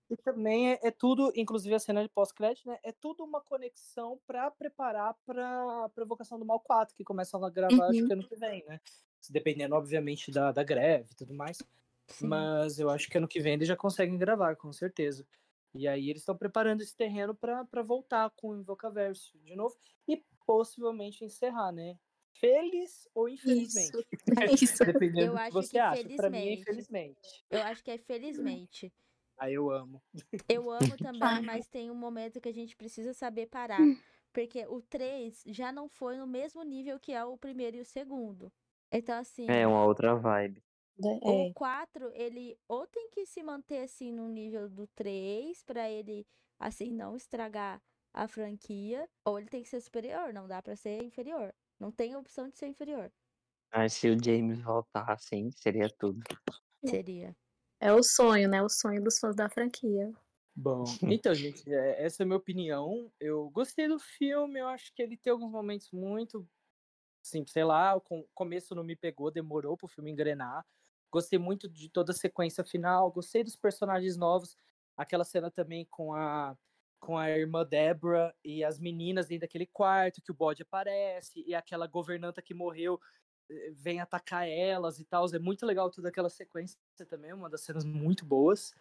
Speaker 1: E também é tudo, inclusive a cena de pós-crédito, né? É tudo uma conexão para preparar para a Provocação do Mal 4, que começam a gravar, acho que ano que vem, né? Dependendo, obviamente, da greve e tudo mais.
Speaker 3: Sim.
Speaker 1: Mas eu acho que ano que vem eles já conseguem gravar, com certeza. E aí eles estão preparando esse terreno para voltar com o Invocaverso de novo e possivelmente encerrar, né? Feliz ou infelizmente.
Speaker 2: Isso.
Speaker 1: Dependendo
Speaker 3: Eu
Speaker 1: do que
Speaker 3: acho
Speaker 1: você
Speaker 3: que
Speaker 1: acha. Para mim é
Speaker 3: felizmente.
Speaker 1: infelizmente.
Speaker 3: Eu acho que é felizmente.
Speaker 1: Aí eu amo.
Speaker 3: Eu amo também,
Speaker 2: Ai.
Speaker 3: mas tem um momento que a gente precisa saber parar. Porque o 3 já não foi no mesmo nível que é o primeiro e o segundo. Então,
Speaker 4: É
Speaker 3: assim,
Speaker 4: uma outra vibe.
Speaker 3: o
Speaker 2: É.
Speaker 3: 4, ele ou tem que se manter assim no nível do 3 pra ele assim não estragar a franquia, ou ele tem que ser superior, não dá pra ser inferior. Não tem opção de ser inferior.
Speaker 4: Mas se o James voltar assim, seria tudo.
Speaker 3: Seria.
Speaker 2: É o sonho, né? O sonho dos fãs da franquia.
Speaker 1: Bom, então, gente, essa é a minha opinião. Eu gostei do filme, eu acho que ele tem alguns momentos muito, assim, sei lá, o começo não me pegou, demorou pro filme engrenar. Gostei muito de toda a sequência final, gostei dos personagens novos, aquela cena também com a irmã Deborah e as meninas dentro daquele quarto, que o bode aparece, e aquela governanta que morreu vem atacar elas e tal. É muito legal toda aquela sequência também, uma das cenas muito boas.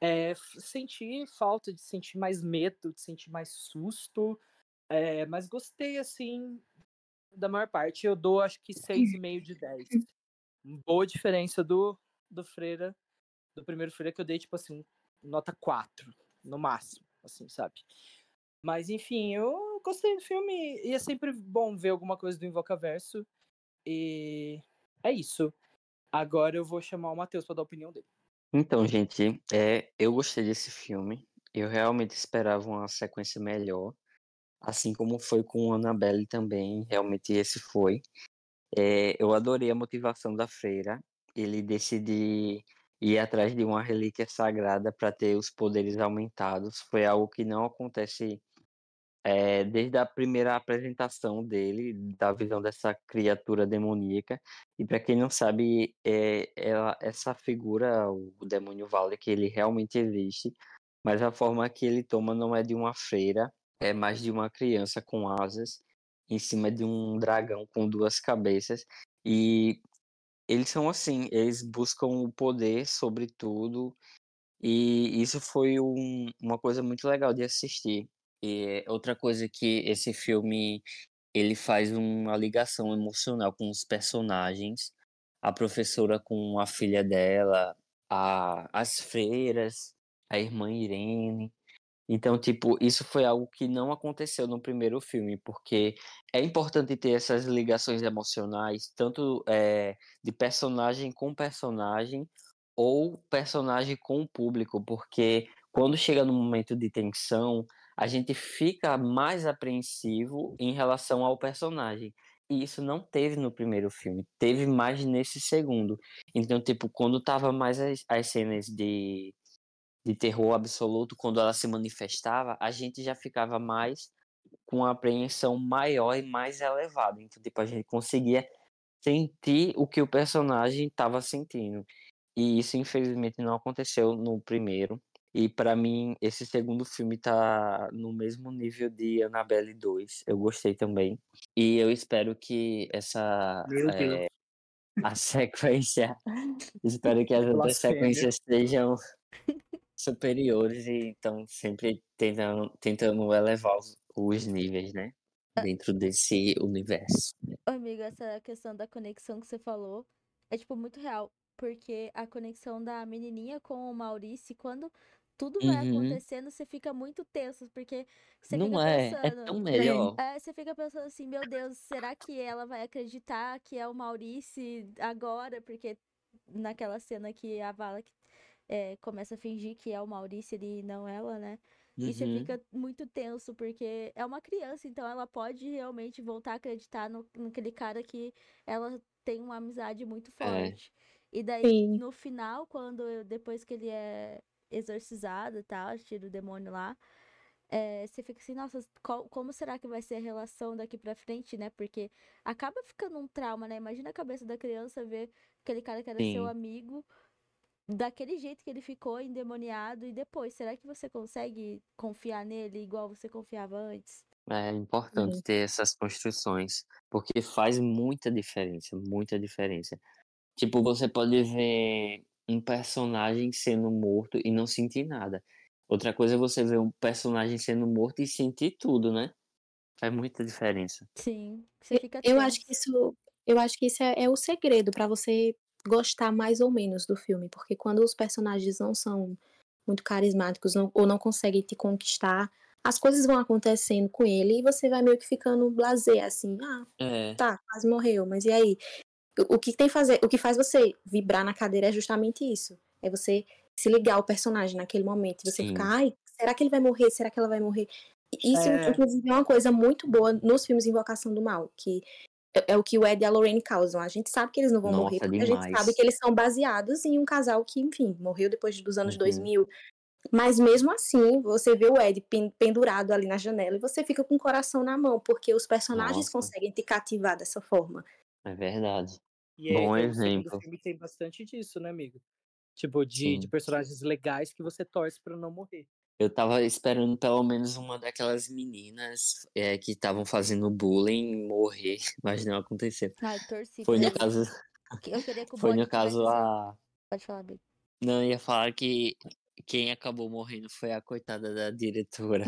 Speaker 1: Senti falta de sentir mais medo, de sentir mais susto, mas gostei, assim, da maior parte. Eu dou, acho que 6,5 de 10. Boa diferença do Freira, do primeiro Freira, que eu dei, tipo assim, nota 4, no máximo, assim, sabe? Mas, enfim, eu gostei do filme e é sempre bom ver alguma coisa do Invocaverso. E é isso. Agora eu vou chamar o Matheus para dar a opinião dele.
Speaker 4: Então, gente, eu gostei desse filme. Eu realmente esperava uma sequência melhor. Assim como foi com Annabelle também, realmente esse foi. Eu adorei a motivação da freira. Ele decidir ir atrás de uma relíquia sagrada para ter os poderes aumentados. Foi algo que não acontece desde a primeira apresentação dele, da visão dessa criatura demoníaca. E para quem não sabe, essa figura, o demônio Vale, que ele realmente existe, mas a forma que ele toma não é de uma freira, é mais de uma criança com asas, em cima de um dragão com duas cabeças. E eles são assim, eles buscam o poder sobre tudo, e isso foi uma coisa muito legal de assistir. E outra coisa que esse filme ele faz uma ligação emocional com os personagens, a professora com a filha dela, as freiras, a irmã Irene. Então, tipo, isso foi algo que não aconteceu no primeiro filme, porque é importante ter essas ligações emocionais, tanto de personagem com personagem, ou personagem com o público, porque quando chega no momento de tensão, a gente fica mais apreensivo em relação ao personagem. E isso não teve no primeiro filme, teve mais nesse segundo. Então, tipo, quando tava mais as cenas de terror absoluto, quando ela se manifestava, a gente já ficava mais com uma apreensão maior e mais elevada. Então, tipo, a gente conseguia sentir o que o personagem estava sentindo. E isso, infelizmente, não aconteceu no primeiro. E para mim, esse segundo filme tá no mesmo nível de Annabelle 2. Eu gostei também. E eu espero que
Speaker 1: Meu Deus.
Speaker 4: a sequência, espero que as outras
Speaker 1: Blasfêmia.
Speaker 4: sequências sejam superiores e então sempre tentando elevar os níveis, né? Dentro desse universo.
Speaker 3: Amigo, essa questão da conexão que você falou é, tipo, muito real. Porque a conexão da menininha com o Maurício, quando tudo vai
Speaker 4: Uhum.
Speaker 3: acontecendo, você fica muito tenso, porque você fica
Speaker 4: Não é? É
Speaker 3: pensando.
Speaker 4: tão melhor.
Speaker 3: Você fica pensando assim, meu Deus, será que ela vai acreditar que é o Maurício agora? Porque naquela cena que a Vala começa a fingir que é o Maurício e não ela, né? E você
Speaker 4: Uhum.
Speaker 3: fica muito tenso, porque é uma criança, então ela pode realmente voltar a acreditar naquele cara que ela tem uma amizade muito
Speaker 4: É,
Speaker 3: forte. E daí,
Speaker 2: Sim.
Speaker 3: no final, depois que ele é exorcizado e tal, tira o demônio lá, você fica assim, nossa, como será que vai ser a relação daqui pra frente, né? Porque acaba ficando um trauma, né? Imagina a cabeça da criança ver aquele cara que era seu
Speaker 4: sim.
Speaker 3: amigo daquele jeito que ele ficou endemoniado e depois, será que você consegue confiar nele igual você confiava antes?
Speaker 4: É importante
Speaker 2: Sim.
Speaker 4: ter essas construções, porque faz muita diferença, muita diferença. Tipo, você pode ver um personagem sendo morto e não sentir nada. Outra coisa é você ver um personagem sendo morto e sentir tudo, né? Faz muita diferença.
Speaker 3: Sim, você fica
Speaker 2: Eu acho que
Speaker 3: tenso.
Speaker 2: isso é o segredo pra você gostar mais ou menos do filme, porque quando os personagens não são muito carismáticos ou não conseguem te conquistar, as coisas vão acontecendo com ele e você vai meio que ficando blasé, assim,
Speaker 4: É,
Speaker 2: tá, quase morreu, mas e aí? O que faz você vibrar na cadeira é justamente isso. É você se ligar ao personagem naquele momento. E você ficar,
Speaker 4: sim.
Speaker 2: ai, será que ele vai morrer? Será que ela vai morrer? E isso,
Speaker 1: É,
Speaker 2: inclusive, é uma coisa muito boa nos filmes Invocação do Mal, que é o que o Ed e a Lorraine causam. A gente sabe que eles não vão morrer,
Speaker 4: Nossa,
Speaker 2: porque a gente sabe
Speaker 4: demais.
Speaker 2: que eles são baseados em um casal que, enfim, morreu depois dos anos
Speaker 4: Uhum.
Speaker 2: 2000. Mas mesmo assim, você vê o Ed pendurado ali na janela e você fica com o coração na mão, porque os personagens
Speaker 4: Nossa,
Speaker 2: conseguem te cativar dessa forma.
Speaker 4: é verdade.
Speaker 1: e
Speaker 4: Bom
Speaker 1: o segundo
Speaker 4: exemplo.
Speaker 1: filme tem bastante disso, né, amigo? Tipo, de
Speaker 4: Sim.
Speaker 1: personagens legais que você torce pra não morrer.
Speaker 4: Eu tava esperando pelo menos uma daquelas meninas que estavam fazendo bullying morrer, mas não aconteceu.
Speaker 3: Ai, torci
Speaker 4: Foi
Speaker 3: pra
Speaker 4: no
Speaker 3: isso.
Speaker 4: caso,
Speaker 3: Eu queria que o
Speaker 4: foi no
Speaker 3: bode
Speaker 4: caso
Speaker 3: tivesse sido.
Speaker 4: a.
Speaker 3: Pode falar, Bi.
Speaker 4: Não, eu ia falar que quem acabou morrendo foi a coitada da diretora.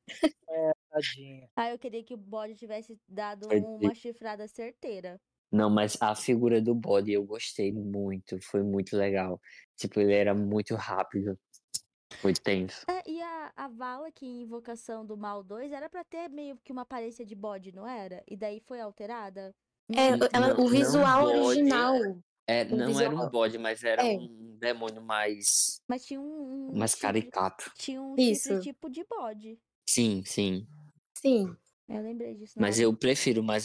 Speaker 1: Tadinha.
Speaker 3: Ah, eu queria que o bode tivesse dado
Speaker 4: Foi
Speaker 3: uma chifrada certeira.
Speaker 4: Não, mas a figura do bode eu gostei muito, foi muito legal. Tipo, ele era muito rápido, foi tenso.
Speaker 3: É, e a vala que em Invocação do Mal 2 era pra ter meio que uma aparência de bode, não era? E daí foi alterada? Não
Speaker 2: É,
Speaker 3: lembro.
Speaker 4: Não,
Speaker 2: o
Speaker 4: não um
Speaker 2: visual
Speaker 4: bode,
Speaker 2: original, o
Speaker 4: não era um
Speaker 2: visual,
Speaker 4: bode, mas era
Speaker 2: é,
Speaker 4: um demônio mais,
Speaker 3: Mas tinha um
Speaker 4: mais
Speaker 3: chifre.
Speaker 4: caricato.
Speaker 3: Tinha um chifre
Speaker 2: isso,
Speaker 3: tipo de bode.
Speaker 4: Sim, sim.
Speaker 2: sim.
Speaker 3: Eu lembrei disso na
Speaker 4: Mas
Speaker 3: hora.
Speaker 4: eu prefiro mais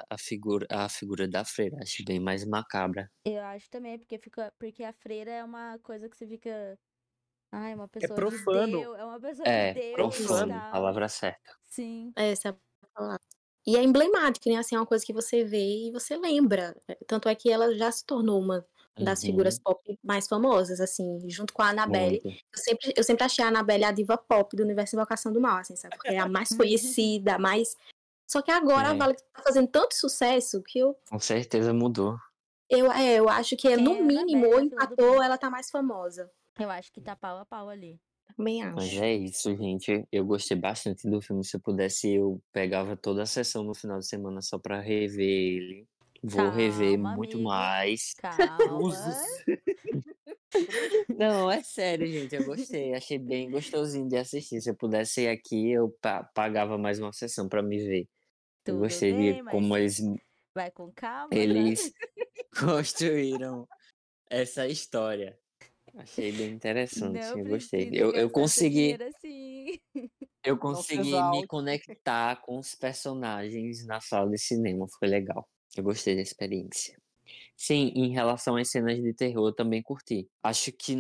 Speaker 4: a figura da freira, acho bem mais macabra.
Speaker 3: Eu acho também, porque a freira é uma coisa que você fica. Ai, uma
Speaker 1: É
Speaker 3: pessoa de
Speaker 1: profano.
Speaker 3: Deus. É uma pessoa de
Speaker 4: É,
Speaker 3: Deus e
Speaker 4: profano,
Speaker 1: Profano.
Speaker 3: tal.
Speaker 4: palavra certa.
Speaker 3: Sim.
Speaker 2: Essa é a palavra. E é emblemático, né? Assim, é uma coisa que você vê e você lembra. Tanto é que ela já se tornou uma das figuras
Speaker 4: Uhum,
Speaker 2: pop mais famosas, assim, junto com a Annabelle.
Speaker 4: muito.
Speaker 2: Eu sempre achei a Annabelle a diva pop do universo Invocação do Mal, assim, sabe? Porque é a mais conhecida, a mais. Só que agora a
Speaker 4: É,
Speaker 2: Vala tá fazendo tanto sucesso que
Speaker 4: com certeza mudou.
Speaker 2: eu acho que
Speaker 3: Quem
Speaker 2: no
Speaker 3: é a
Speaker 2: mínimo,
Speaker 3: Annabelle
Speaker 2: ou
Speaker 3: na fila do pão?
Speaker 2: empatou, ela tá mais famosa.
Speaker 3: Eu acho que tá pau a pau ali.
Speaker 2: Também
Speaker 4: Mas
Speaker 2: acho.
Speaker 4: é isso, gente. Eu gostei bastante do filme. Se eu pudesse, eu pegava toda a sessão no final de semana só pra rever ele. Vou rever
Speaker 3: Calma,
Speaker 4: muito
Speaker 3: amigo.
Speaker 4: mais.
Speaker 3: Calma.
Speaker 1: Cruzes.
Speaker 4: Não, é sério, gente. Eu gostei. Achei bem gostosinho de assistir. Se eu pudesse ir aqui, eu pagava mais uma sessão pra me ver. Eu
Speaker 3: Tudo
Speaker 4: gostei
Speaker 3: bem,
Speaker 4: de
Speaker 3: mas
Speaker 4: como
Speaker 3: vai com calma, tá?
Speaker 4: eles construíram essa história. Achei bem interessante.
Speaker 3: Não
Speaker 4: Eu gostei.
Speaker 3: precisa gastar seu dinheiro assim.
Speaker 4: Eu
Speaker 1: Não se
Speaker 4: consegui me
Speaker 1: exalte.
Speaker 4: conectar com os personagens na sala de cinema. Foi legal. Eu gostei da experiência. Sim, em relação às cenas de terror, eu também curti. Acho que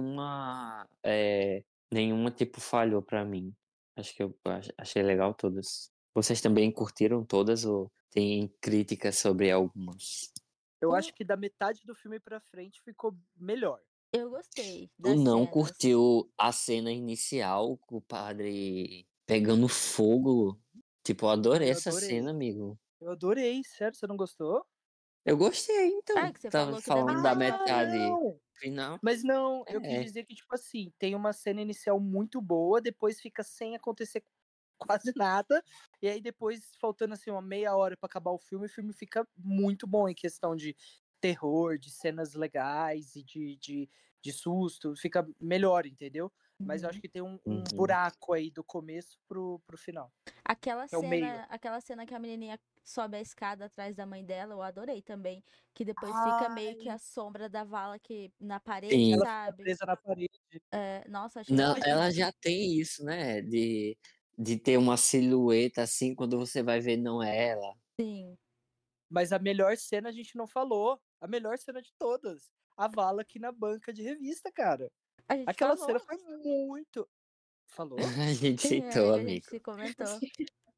Speaker 4: nenhuma tipo falhou pra mim. Acho que eu achei legal todas. Vocês também curtiram todas ou tem críticas sobre algumas?
Speaker 1: Eu
Speaker 3: Um,
Speaker 1: acho que da metade do filme pra frente ficou melhor.
Speaker 3: eu gostei
Speaker 4: Tu
Speaker 3: das
Speaker 4: não
Speaker 3: cenas.
Speaker 4: curtiu a cena inicial com o padre pegando fogo? Tipo, eu adorei
Speaker 1: Ai, eu
Speaker 4: essa cena,
Speaker 1: adorei.
Speaker 4: amigo.
Speaker 1: Eu adorei, sério, você não gostou?
Speaker 4: Eu gostei,
Speaker 3: Ah,
Speaker 4: então.
Speaker 3: que você
Speaker 4: Tava
Speaker 3: falou que da
Speaker 4: falando da
Speaker 1: Ah,
Speaker 3: metade.
Speaker 4: metade
Speaker 1: não!
Speaker 4: final.
Speaker 1: Mas não, eu quis
Speaker 4: É.
Speaker 1: dizer que, tipo assim, tem uma cena inicial muito boa, depois fica sem acontecer quase nada, e aí depois, faltando assim uma meia hora pra acabar o filme fica muito bom em questão de terror, de cenas legais e de susto, fica melhor, entendeu? Mas eu acho
Speaker 3: Uhum.
Speaker 1: que tem um
Speaker 4: Uhum.
Speaker 1: buraco aí do começo pro final,
Speaker 3: Aquela
Speaker 1: que é o meio.
Speaker 3: cena, aquela cena que a menininha sobe a escada atrás da mãe dela, eu adorei também. Que depois fica meio que
Speaker 1: Ai,
Speaker 3: a sombra da vala que na parede,
Speaker 4: Sim.
Speaker 1: ela fica
Speaker 3: sabe?
Speaker 1: presa na parede.
Speaker 3: É, nossa, achei
Speaker 4: Não,
Speaker 1: Ai,
Speaker 3: ótimo.
Speaker 4: ela já tem isso, né? De ter uma silhueta assim, quando você vai ver, não é ela.
Speaker 3: Sim.
Speaker 1: mas a melhor cena a gente não falou. A melhor cena de todas. A Vala aqui na banca de revista, cara.
Speaker 3: A gente
Speaker 1: Aquela
Speaker 3: falou.
Speaker 1: cena foi muito. Falou?
Speaker 4: A gente
Speaker 3: Sim,
Speaker 4: citou,
Speaker 3: amiga, a gente
Speaker 4: amigo.
Speaker 3: se comentou.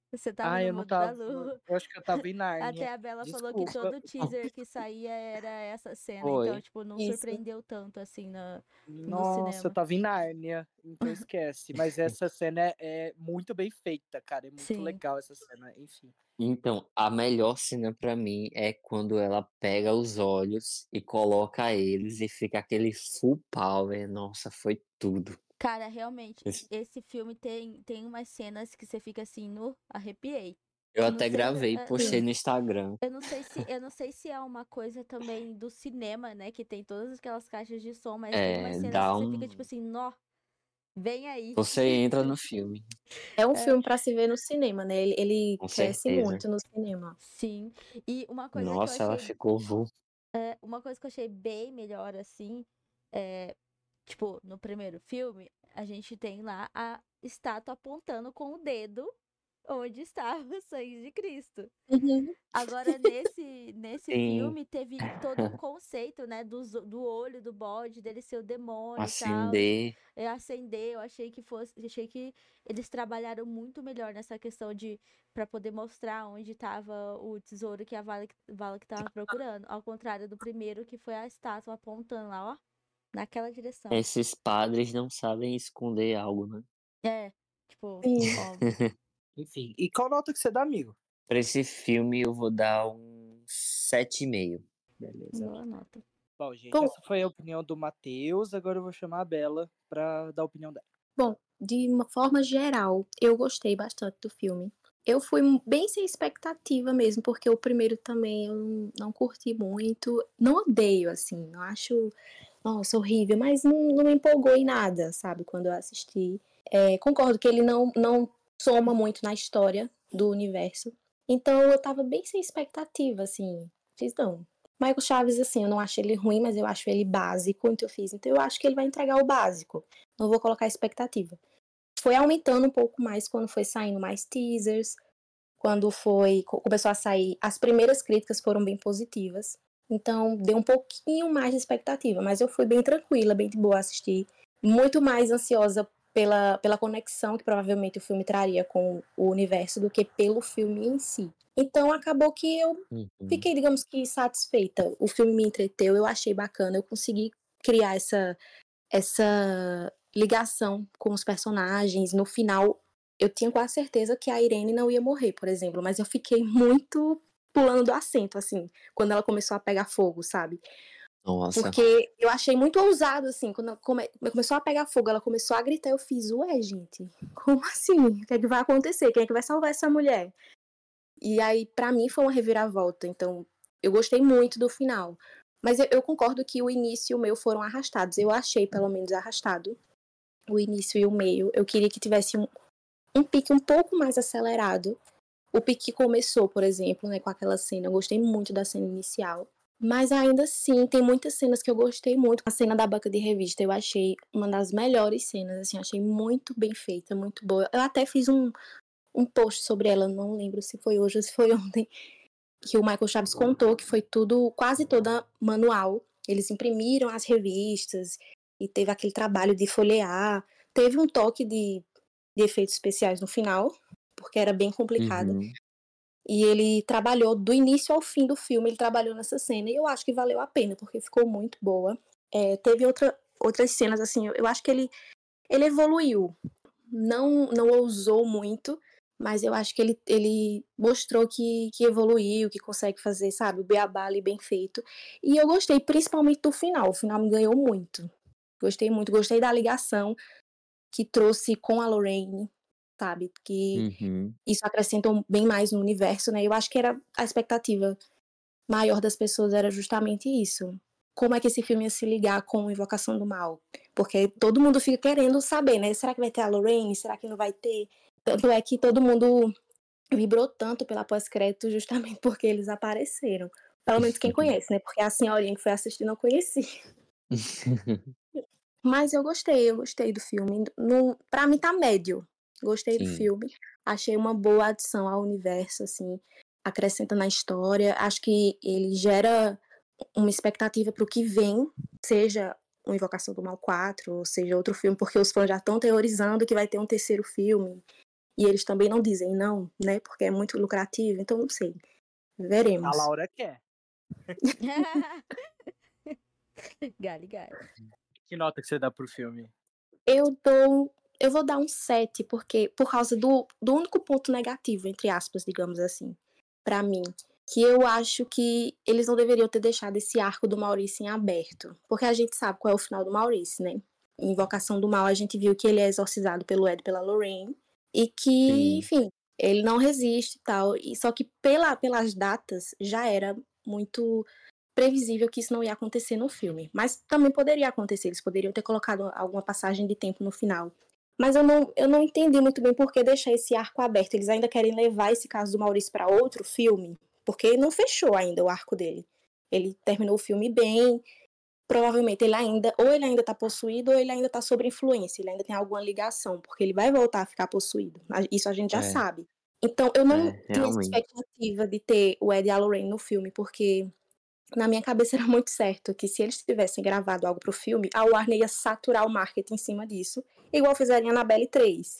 Speaker 3: Você tava
Speaker 1: Eu
Speaker 3: no
Speaker 1: não
Speaker 3: mundo da
Speaker 1: tava.
Speaker 3: Lu.
Speaker 1: Eu acho que eu tava em
Speaker 3: Até
Speaker 1: Nárnia.
Speaker 3: a Bela falou que
Speaker 1: Desculpa.
Speaker 3: todo teaser que saía era essa cena, então,
Speaker 4: Foi.
Speaker 3: tipo, não
Speaker 2: Isso.
Speaker 3: surpreendeu tanto assim no
Speaker 1: Nossa, eu
Speaker 3: cinema.
Speaker 1: tava em Nárnia, então esquece. Mas essa cena é muito bem feita, cara. É muito
Speaker 3: Sim.
Speaker 1: legal essa cena, enfim.
Speaker 4: Então, a melhor cena pra mim é quando ela pega os olhos e coloca eles e fica aquele full power. Nossa, foi tudo.
Speaker 3: Cara, realmente,
Speaker 4: Esse-
Speaker 3: esse filme tem umas cenas que você fica assim, no arrepiei.
Speaker 4: Eu
Speaker 3: Eu não
Speaker 4: até
Speaker 3: sei,
Speaker 4: gravei e postei
Speaker 2: Sim.
Speaker 4: no Instagram.
Speaker 3: eu não sei se é uma coisa também do cinema, né, que tem todas aquelas caixas de som, mas tem umas cenas
Speaker 4: Dá
Speaker 3: que você fica tipo
Speaker 4: um.
Speaker 3: assim, nó, vem aí.
Speaker 4: Você entra no filme,
Speaker 2: É um
Speaker 3: É,
Speaker 2: filme pra se ver no cinema, né? Ele
Speaker 4: com
Speaker 2: cresce
Speaker 4: certeza.
Speaker 2: muito no cinema.
Speaker 3: sim. E
Speaker 4: Nossa, ela ficou.
Speaker 3: uma coisa que eu achei bem melhor assim, é, tipo, no primeiro filme, a gente tem lá a estátua apontando com o dedo onde estava o sangue de Cristo.
Speaker 2: Uhum.
Speaker 3: Agora, nesse
Speaker 4: Sim,
Speaker 3: filme, teve todo um conceito, né, do olho do bode, dele ser o demônio e tal,
Speaker 4: acender.
Speaker 3: acender. Eu achei que eles trabalharam muito melhor nessa questão de, para poder mostrar onde estava o tesouro que a Vala que tava procurando. Ao contrário do primeiro, que foi a estátua apontando lá, ó, naquela direção.
Speaker 4: Esses padres não sabem esconder algo, né?
Speaker 3: É, tipo,
Speaker 2: Sim.
Speaker 3: ó,
Speaker 1: Enfim. E qual nota que você dá, amigo?
Speaker 4: Pra esse filme eu vou dar um 7,5.
Speaker 1: Beleza.
Speaker 3: boa nota.
Speaker 1: Bom, gente,
Speaker 2: Bom,
Speaker 1: essa foi a opinião do Matheus. Agora eu vou chamar a Bela pra dar a opinião dela.
Speaker 2: bom, de uma forma geral, eu gostei bastante do filme. Eu fui bem sem expectativa mesmo, porque o primeiro também eu não curti muito. Não odeio, assim, não acho, nossa, horrível, mas não me empolgou em nada, sabe, quando eu assisti. Concordo que ele não soma muito na história do universo. Então eu tava bem sem expectativa, assim. Fiz não. Michael Chaves, assim, eu não acho ele ruim, mas eu acho ele básico, então eu fiz. Então eu acho que ele vai entregar o básico. Não vou colocar expectativa. Foi aumentando um pouco mais quando foi saindo mais teasers, quando começou a sair. As primeiras críticas foram bem positivas. Então deu um pouquinho mais de expectativa, mas eu fui bem tranquila, bem de boa assistir. Muito mais ansiosa pela conexão que provavelmente o filme traria com o universo do que pelo filme em si. Então acabou que eu
Speaker 4: Uhum.
Speaker 2: fiquei, digamos que, satisfeita. O filme me entreteu, eu achei bacana, eu consegui criar essa ligação com os personagens. No final, eu tinha quase certeza que a Irene não ia morrer, por exemplo, mas eu fiquei muito pulando do assento, assim, quando ela começou a pegar fogo, sabe?
Speaker 4: Nossa,
Speaker 2: Porque eu achei muito ousado, assim, quando começou a pegar fogo, ela começou a gritar, eu fiz, ué, gente, como assim? O que é que vai acontecer? Quem é que vai salvar essa mulher? E aí, pra mim, foi uma reviravolta, então eu gostei muito do final. Mas eu concordo que o início e o meio foram arrastados. Eu achei, pelo menos, arrastado o início e o meio. Eu queria que tivesse um pique um pouco mais acelerado. O pique começou, por exemplo, né, com aquela cena. Eu gostei muito da cena inicial. Mas ainda assim, tem muitas cenas que eu gostei muito. A cena da banca de revista eu achei uma das melhores cenas, assim, achei muito bem feita, muito boa. Eu até fiz um post sobre ela, não lembro se foi hoje ou se foi ontem, que o Michael Chaves contou que foi tudo, quase toda manual. Eles imprimiram as revistas e teve aquele trabalho de folhear. Teve um toque de efeitos especiais no final, porque era bem complicado.
Speaker 4: uhum.
Speaker 2: E ele trabalhou do início ao fim do filme, ele trabalhou nessa cena. E eu acho que valeu a pena, porque ficou muito boa. Teve outras cenas, assim, eu acho que ele evoluiu. Não ousou muito, mas eu acho que ele mostrou que evoluiu, que consegue fazer, sabe, o beabá ali bem feito. E eu gostei principalmente do final. O final me ganhou muito. Gostei muito, gostei da ligação que trouxe com a Lorraine, sabe? Que
Speaker 4: Uhum.
Speaker 2: isso acrescentou bem mais no universo, né? Eu acho que era a expectativa maior das pessoas era justamente isso. Como é que esse filme ia se ligar com Invocação do Mal? Porque todo mundo fica querendo saber, né? Será que vai ter a Lorraine? Será que não vai ter? Tanto é que todo mundo vibrou tanto pela pós-crédito justamente porque eles apareceram. Pelo menos quem conhece, né? Porque a senhorinha que foi assistir não conhecia. Mas eu gostei do filme. Pra mim tá médio. Gostei do
Speaker 4: Sim.
Speaker 2: filme. Achei uma boa adição ao universo, assim. Acrescenta na história. Acho que ele gera uma expectativa pro que vem, seja o Invocação do Mal 4, ou seja outro filme, porque os fãs já estão teorizando que vai ter um terceiro filme. e eles também não dizem não, né? Porque é muito lucrativo, então não sei. Veremos.
Speaker 1: A Laura quer.
Speaker 3: Gale, gale.
Speaker 1: Que nota que você dá pro filme?
Speaker 2: Eu vou dar um 7, porque por causa do único ponto negativo, entre aspas, digamos assim, pra mim, que eu acho que eles não deveriam ter deixado esse arco do Maurício em aberto, porque a gente sabe qual é o final do Maurício, né? Em Invocação do Mal, a gente viu que ele é exorcizado pelo Ed e pela Lorraine, e que,
Speaker 4: Sim.
Speaker 2: enfim, ele não resiste e tal, e só que pelas datas já era muito previsível que isso não ia acontecer no filme. Mas também poderia acontecer, eles poderiam ter colocado alguma passagem de tempo no final. Mas eu não entendi muito bem por que deixar esse arco aberto. Eles ainda querem levar esse caso do Maurício para outro filme, porque não fechou ainda o arco dele. Ele terminou o filme bem, provavelmente ele ainda tá possuído ou ele ainda tá sob influência, ele ainda tem alguma ligação, porque ele vai voltar a ficar possuído. Isso a gente já sabe. Então eu não tinha essa
Speaker 4: Realmente.
Speaker 2: expectativa de ter o Ed e a Lorraine no filme, porque na minha cabeça era muito certo que se eles tivessem gravado algo pro filme, a Warner ia saturar o marketing em cima disso, igual fizeram em Annabelle 3.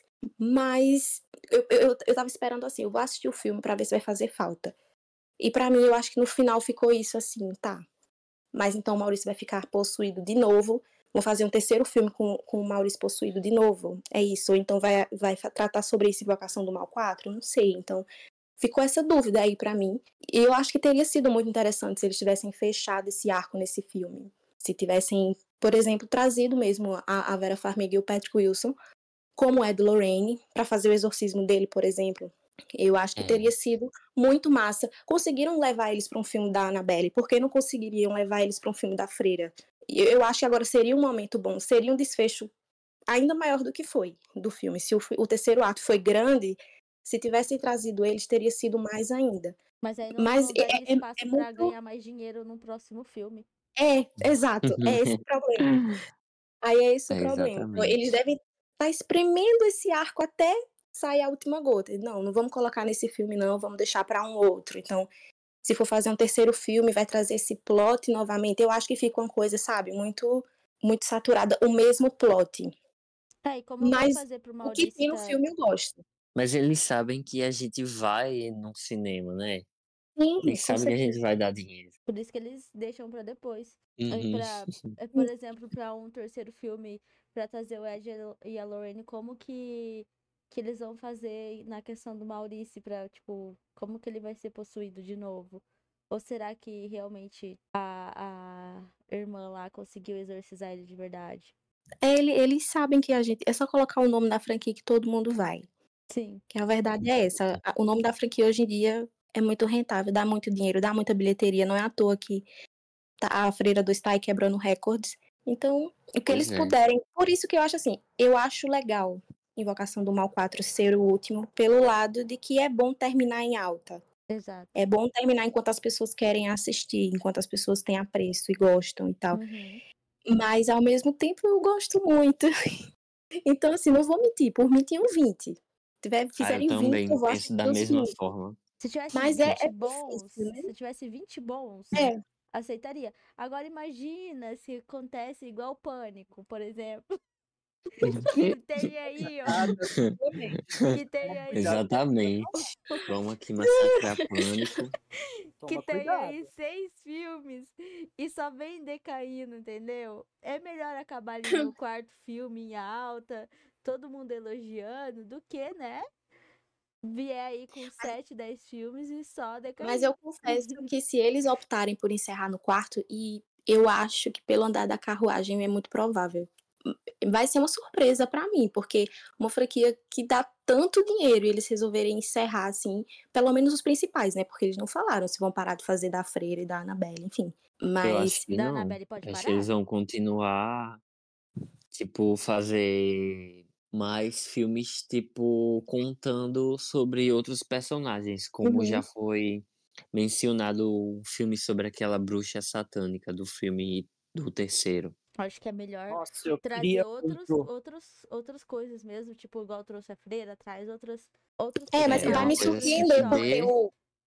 Speaker 2: Mas eu tava esperando assim, eu vou assistir o filme pra ver se vai fazer falta. E pra mim, eu acho que no final ficou isso assim, tá. Mas então o Maurício vai ficar possuído de novo. Vou fazer um terceiro filme com o Maurício possuído de novo. É isso. Ou então vai tratar sobre isso Invocação do Mal 4? Não sei. Então ficou essa dúvida aí pra mim. E eu acho que teria sido muito interessante se eles tivessem fechado esse arco nesse filme. Se tivessem, por exemplo, trazido mesmo a Vera Farmiga e o Patrick Wilson como Ed Lorraine para fazer o exorcismo dele, por exemplo. Eu acho que teria sido muito massa. Conseguiram levar eles para um filme da Annabelle, por que não conseguiriam levar eles para um filme da Freira? Eu acho que agora seria um momento bom, seria um desfecho ainda maior do que foi do filme. Se o terceiro ato foi grande, se tivessem trazido eles, teria sido mais ainda.
Speaker 3: Mas aí
Speaker 2: Mas
Speaker 3: não daria
Speaker 2: é
Speaker 3: espaço pra
Speaker 2: muito.
Speaker 3: ganhar mais dinheiro no próximo filme.
Speaker 2: Exato, é esse o problema. Aí é esse o problema. Então, eles
Speaker 4: Exatamente.
Speaker 2: devem estar espremendo esse arco até sair a última gota. Não vamos colocar nesse filme, não, vamos deixar para um outro. Então, se for fazer um terceiro filme, vai trazer esse plot novamente. Eu acho que fica uma coisa, sabe, muito saturada, o mesmo plot.
Speaker 3: Tá, e como vão
Speaker 2: Mas
Speaker 3: fazer pro
Speaker 2: o que
Speaker 3: Maurício
Speaker 2: tem no
Speaker 3: tá...
Speaker 2: filme eu gosto.
Speaker 4: Mas eles sabem que a gente vai no cinema, né?
Speaker 2: Sim,
Speaker 4: Eles
Speaker 2: com
Speaker 4: sabem que a gente
Speaker 2: certeza.
Speaker 4: vai dar dinheiro.
Speaker 3: Por isso que eles deixam pra depois. Aí
Speaker 4: Uhum.
Speaker 3: por exemplo, pra um terceiro filme, pra trazer o Ed e a Lorraine, como que eles vão fazer na questão do Maurício pra, tipo, como que ele vai ser possuído de novo? Ou será que realmente a irmã lá conseguiu exorcizar ele de verdade?
Speaker 2: Eles sabem que a gente. É só colocar o nome da franquia que todo mundo vai.
Speaker 3: Sim.
Speaker 2: Que a verdade é essa. O nome da franquia hoje em dia é muito rentável, dá muito dinheiro, dá muita bilheteria. Não é à toa que a Freira 2 tá aí quebrando recordes. Então, o que eles
Speaker 4: Pois é.
Speaker 2: puderem. Por isso que eu acho assim, eu acho legal Invocação do Mal 4 ser o último, pelo lado de que é bom terminar em alta.
Speaker 3: Exato.
Speaker 2: É bom terminar enquanto as pessoas querem assistir, enquanto as pessoas têm apreço e gostam e tal.
Speaker 3: Uhum.
Speaker 2: Mas, ao mesmo tempo, eu gosto muito. Então, assim, não vou mentir, por mim tinham 20.
Speaker 4: Eu
Speaker 2: Fizerem 20,
Speaker 4: também
Speaker 2: eu vou
Speaker 4: penso da
Speaker 2: assistir os
Speaker 4: mesma
Speaker 2: 20.
Speaker 4: forma.
Speaker 3: Se tivesse
Speaker 2: Mas
Speaker 3: 20
Speaker 2: é
Speaker 3: bons,
Speaker 2: difícil, né?
Speaker 3: se tivesse 20 bons,
Speaker 2: É.
Speaker 3: aceitaria. Agora imagina se acontece igual o Pânico, por exemplo. Que tem aí, ó. Que tem
Speaker 1: Toma
Speaker 3: aí.
Speaker 1: cuidado com isso,
Speaker 4: Exatamente.
Speaker 1: não?
Speaker 4: Vamos aqui massacrar Pânico.
Speaker 3: Que
Speaker 1: Toma
Speaker 3: tem aí
Speaker 1: cuidado.
Speaker 3: 6 filmes e só vem decaindo, entendeu? É melhor acabar ali no quarto filme em alta, todo mundo elogiando, do que, né? Vier aí com 7, 10 filmes e só
Speaker 2: Mas
Speaker 3: decair.
Speaker 2: eu confesso que se eles optarem por encerrar no quarto, e eu acho que pelo andar da carruagem é muito provável, vai ser uma surpresa pra mim, porque uma franquia que dá tanto dinheiro e eles resolverem encerrar, assim, pelo menos os principais, né? Porque eles não falaram se vão parar de fazer da Freira e da Annabelle, enfim.
Speaker 4: Eu acho
Speaker 2: Mas
Speaker 4: que
Speaker 3: Da
Speaker 4: não.
Speaker 3: Annabelle pode
Speaker 4: Acho que eles
Speaker 3: parar?
Speaker 4: vão continuar, tipo, fazer mais filmes, tipo, contando sobre outros personagens, como já
Speaker 2: uhum.
Speaker 4: foi mencionado o filme sobre aquela bruxa satânica do filme do terceiro.
Speaker 3: Acho que é melhor
Speaker 1: Nossa, eu
Speaker 3: trazer
Speaker 1: queria muito.
Speaker 3: outras coisas mesmo, tipo, igual trouxe a Freira, traz outros
Speaker 2: Mas
Speaker 4: É,
Speaker 2: vai
Speaker 4: uma
Speaker 2: me
Speaker 3: personagens
Speaker 4: coisa
Speaker 3: e
Speaker 4: assim que
Speaker 2: surpreender, porque
Speaker 4: dê.
Speaker 3: histórias.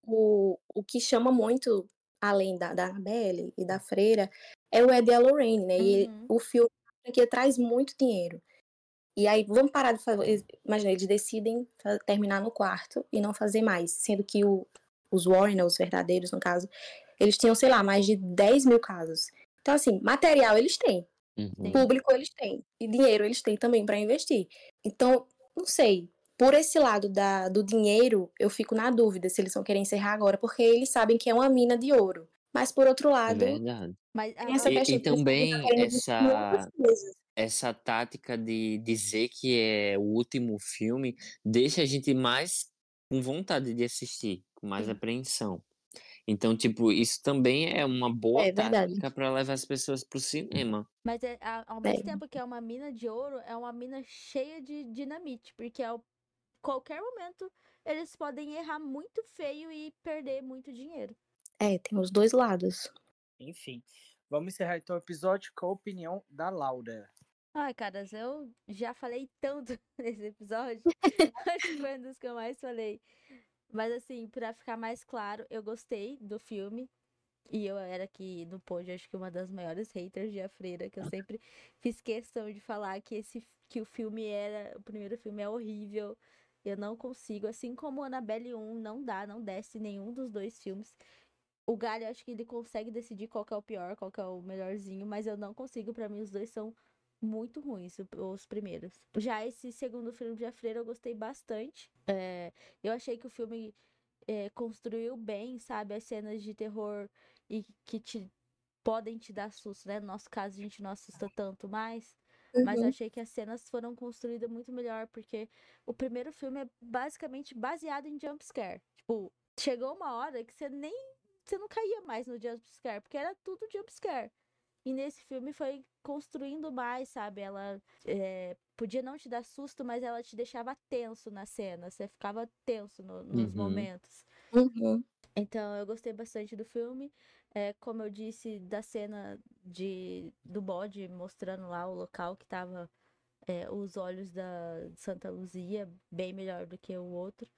Speaker 2: o que chama muito, além da Annabelle e da Freira, é o Ed e a Lorraine, né? E
Speaker 3: Uhum.
Speaker 2: o filme que traz muito dinheiro. E aí, vamos parar de fazer. Imagina, eles decidem terminar no quarto e não fazer mais. Sendo que os Warren, os verdadeiros, no caso, eles tinham, sei lá, mais de 10 mil casos. Então, assim, material eles têm.
Speaker 4: Uhum.
Speaker 2: Público eles têm. E dinheiro eles têm também para investir. Então, não sei. Por esse lado do dinheiro, eu fico na dúvida se eles vão querer encerrar agora, porque eles sabem que é uma mina de ouro. Mas, por outro
Speaker 4: É
Speaker 2: lado,
Speaker 4: verdade.
Speaker 3: Mas
Speaker 2: tem essa
Speaker 4: E
Speaker 2: questão de eles
Speaker 4: também
Speaker 2: querendo investir em outras coisas.
Speaker 4: essa tática de dizer que é o último filme deixa a gente mais com vontade de assistir, com mais
Speaker 3: Sim.
Speaker 4: apreensão. Então, tipo, isso também é uma boa
Speaker 2: É verdade.
Speaker 4: tática para levar as pessoas pro cinema.
Speaker 3: Mas ao mesmo tempo que é uma mina de ouro, é uma mina cheia de dinamite, porque qualquer momento eles podem errar muito feio e perder muito dinheiro.
Speaker 2: Tem os dois lados.
Speaker 1: Enfim, vamos encerrar então o episódio com a opinião da Laura.
Speaker 3: Ai, caras, eu já falei tanto nesse episódio. Acho que foi um dos que eu mais falei. Mas assim, pra ficar mais claro, eu gostei do filme. E eu era aqui no pod, acho que uma das maiores haters de A Freira, que eu sempre fiz questão de falar que o filme o primeiro filme é horrível. Eu não consigo, assim como Annabelle 1, não desce nenhum dos dois filmes. O Galho, acho que ele consegue decidir qual que é o pior, qual que é o melhorzinho, mas eu não consigo, pra mim os dois são muito ruins, os primeiros. Já esse segundo filme de A Freira eu gostei bastante. Eu achei que o filme construiu bem, sabe, as cenas de terror e que podem te dar susto, né? No nosso caso, a gente não assusta tanto mais. Mas eu achei que as cenas foram construídas muito melhor, porque o primeiro filme é basicamente baseado em jumpscare. Tipo, chegou uma hora que você não caía mais no jumpscare, porque era tudo jumpscare. E nesse filme foi construindo mais, sabe? Ela podia não te dar susto, mas ela te deixava tenso na cena. Você ficava tenso nos momentos.
Speaker 2: Uhum.
Speaker 3: Então, eu gostei bastante do filme. Como eu disse, da cena do bode mostrando lá o local que tava os olhos da Santa Luzia, bem melhor do que o outro.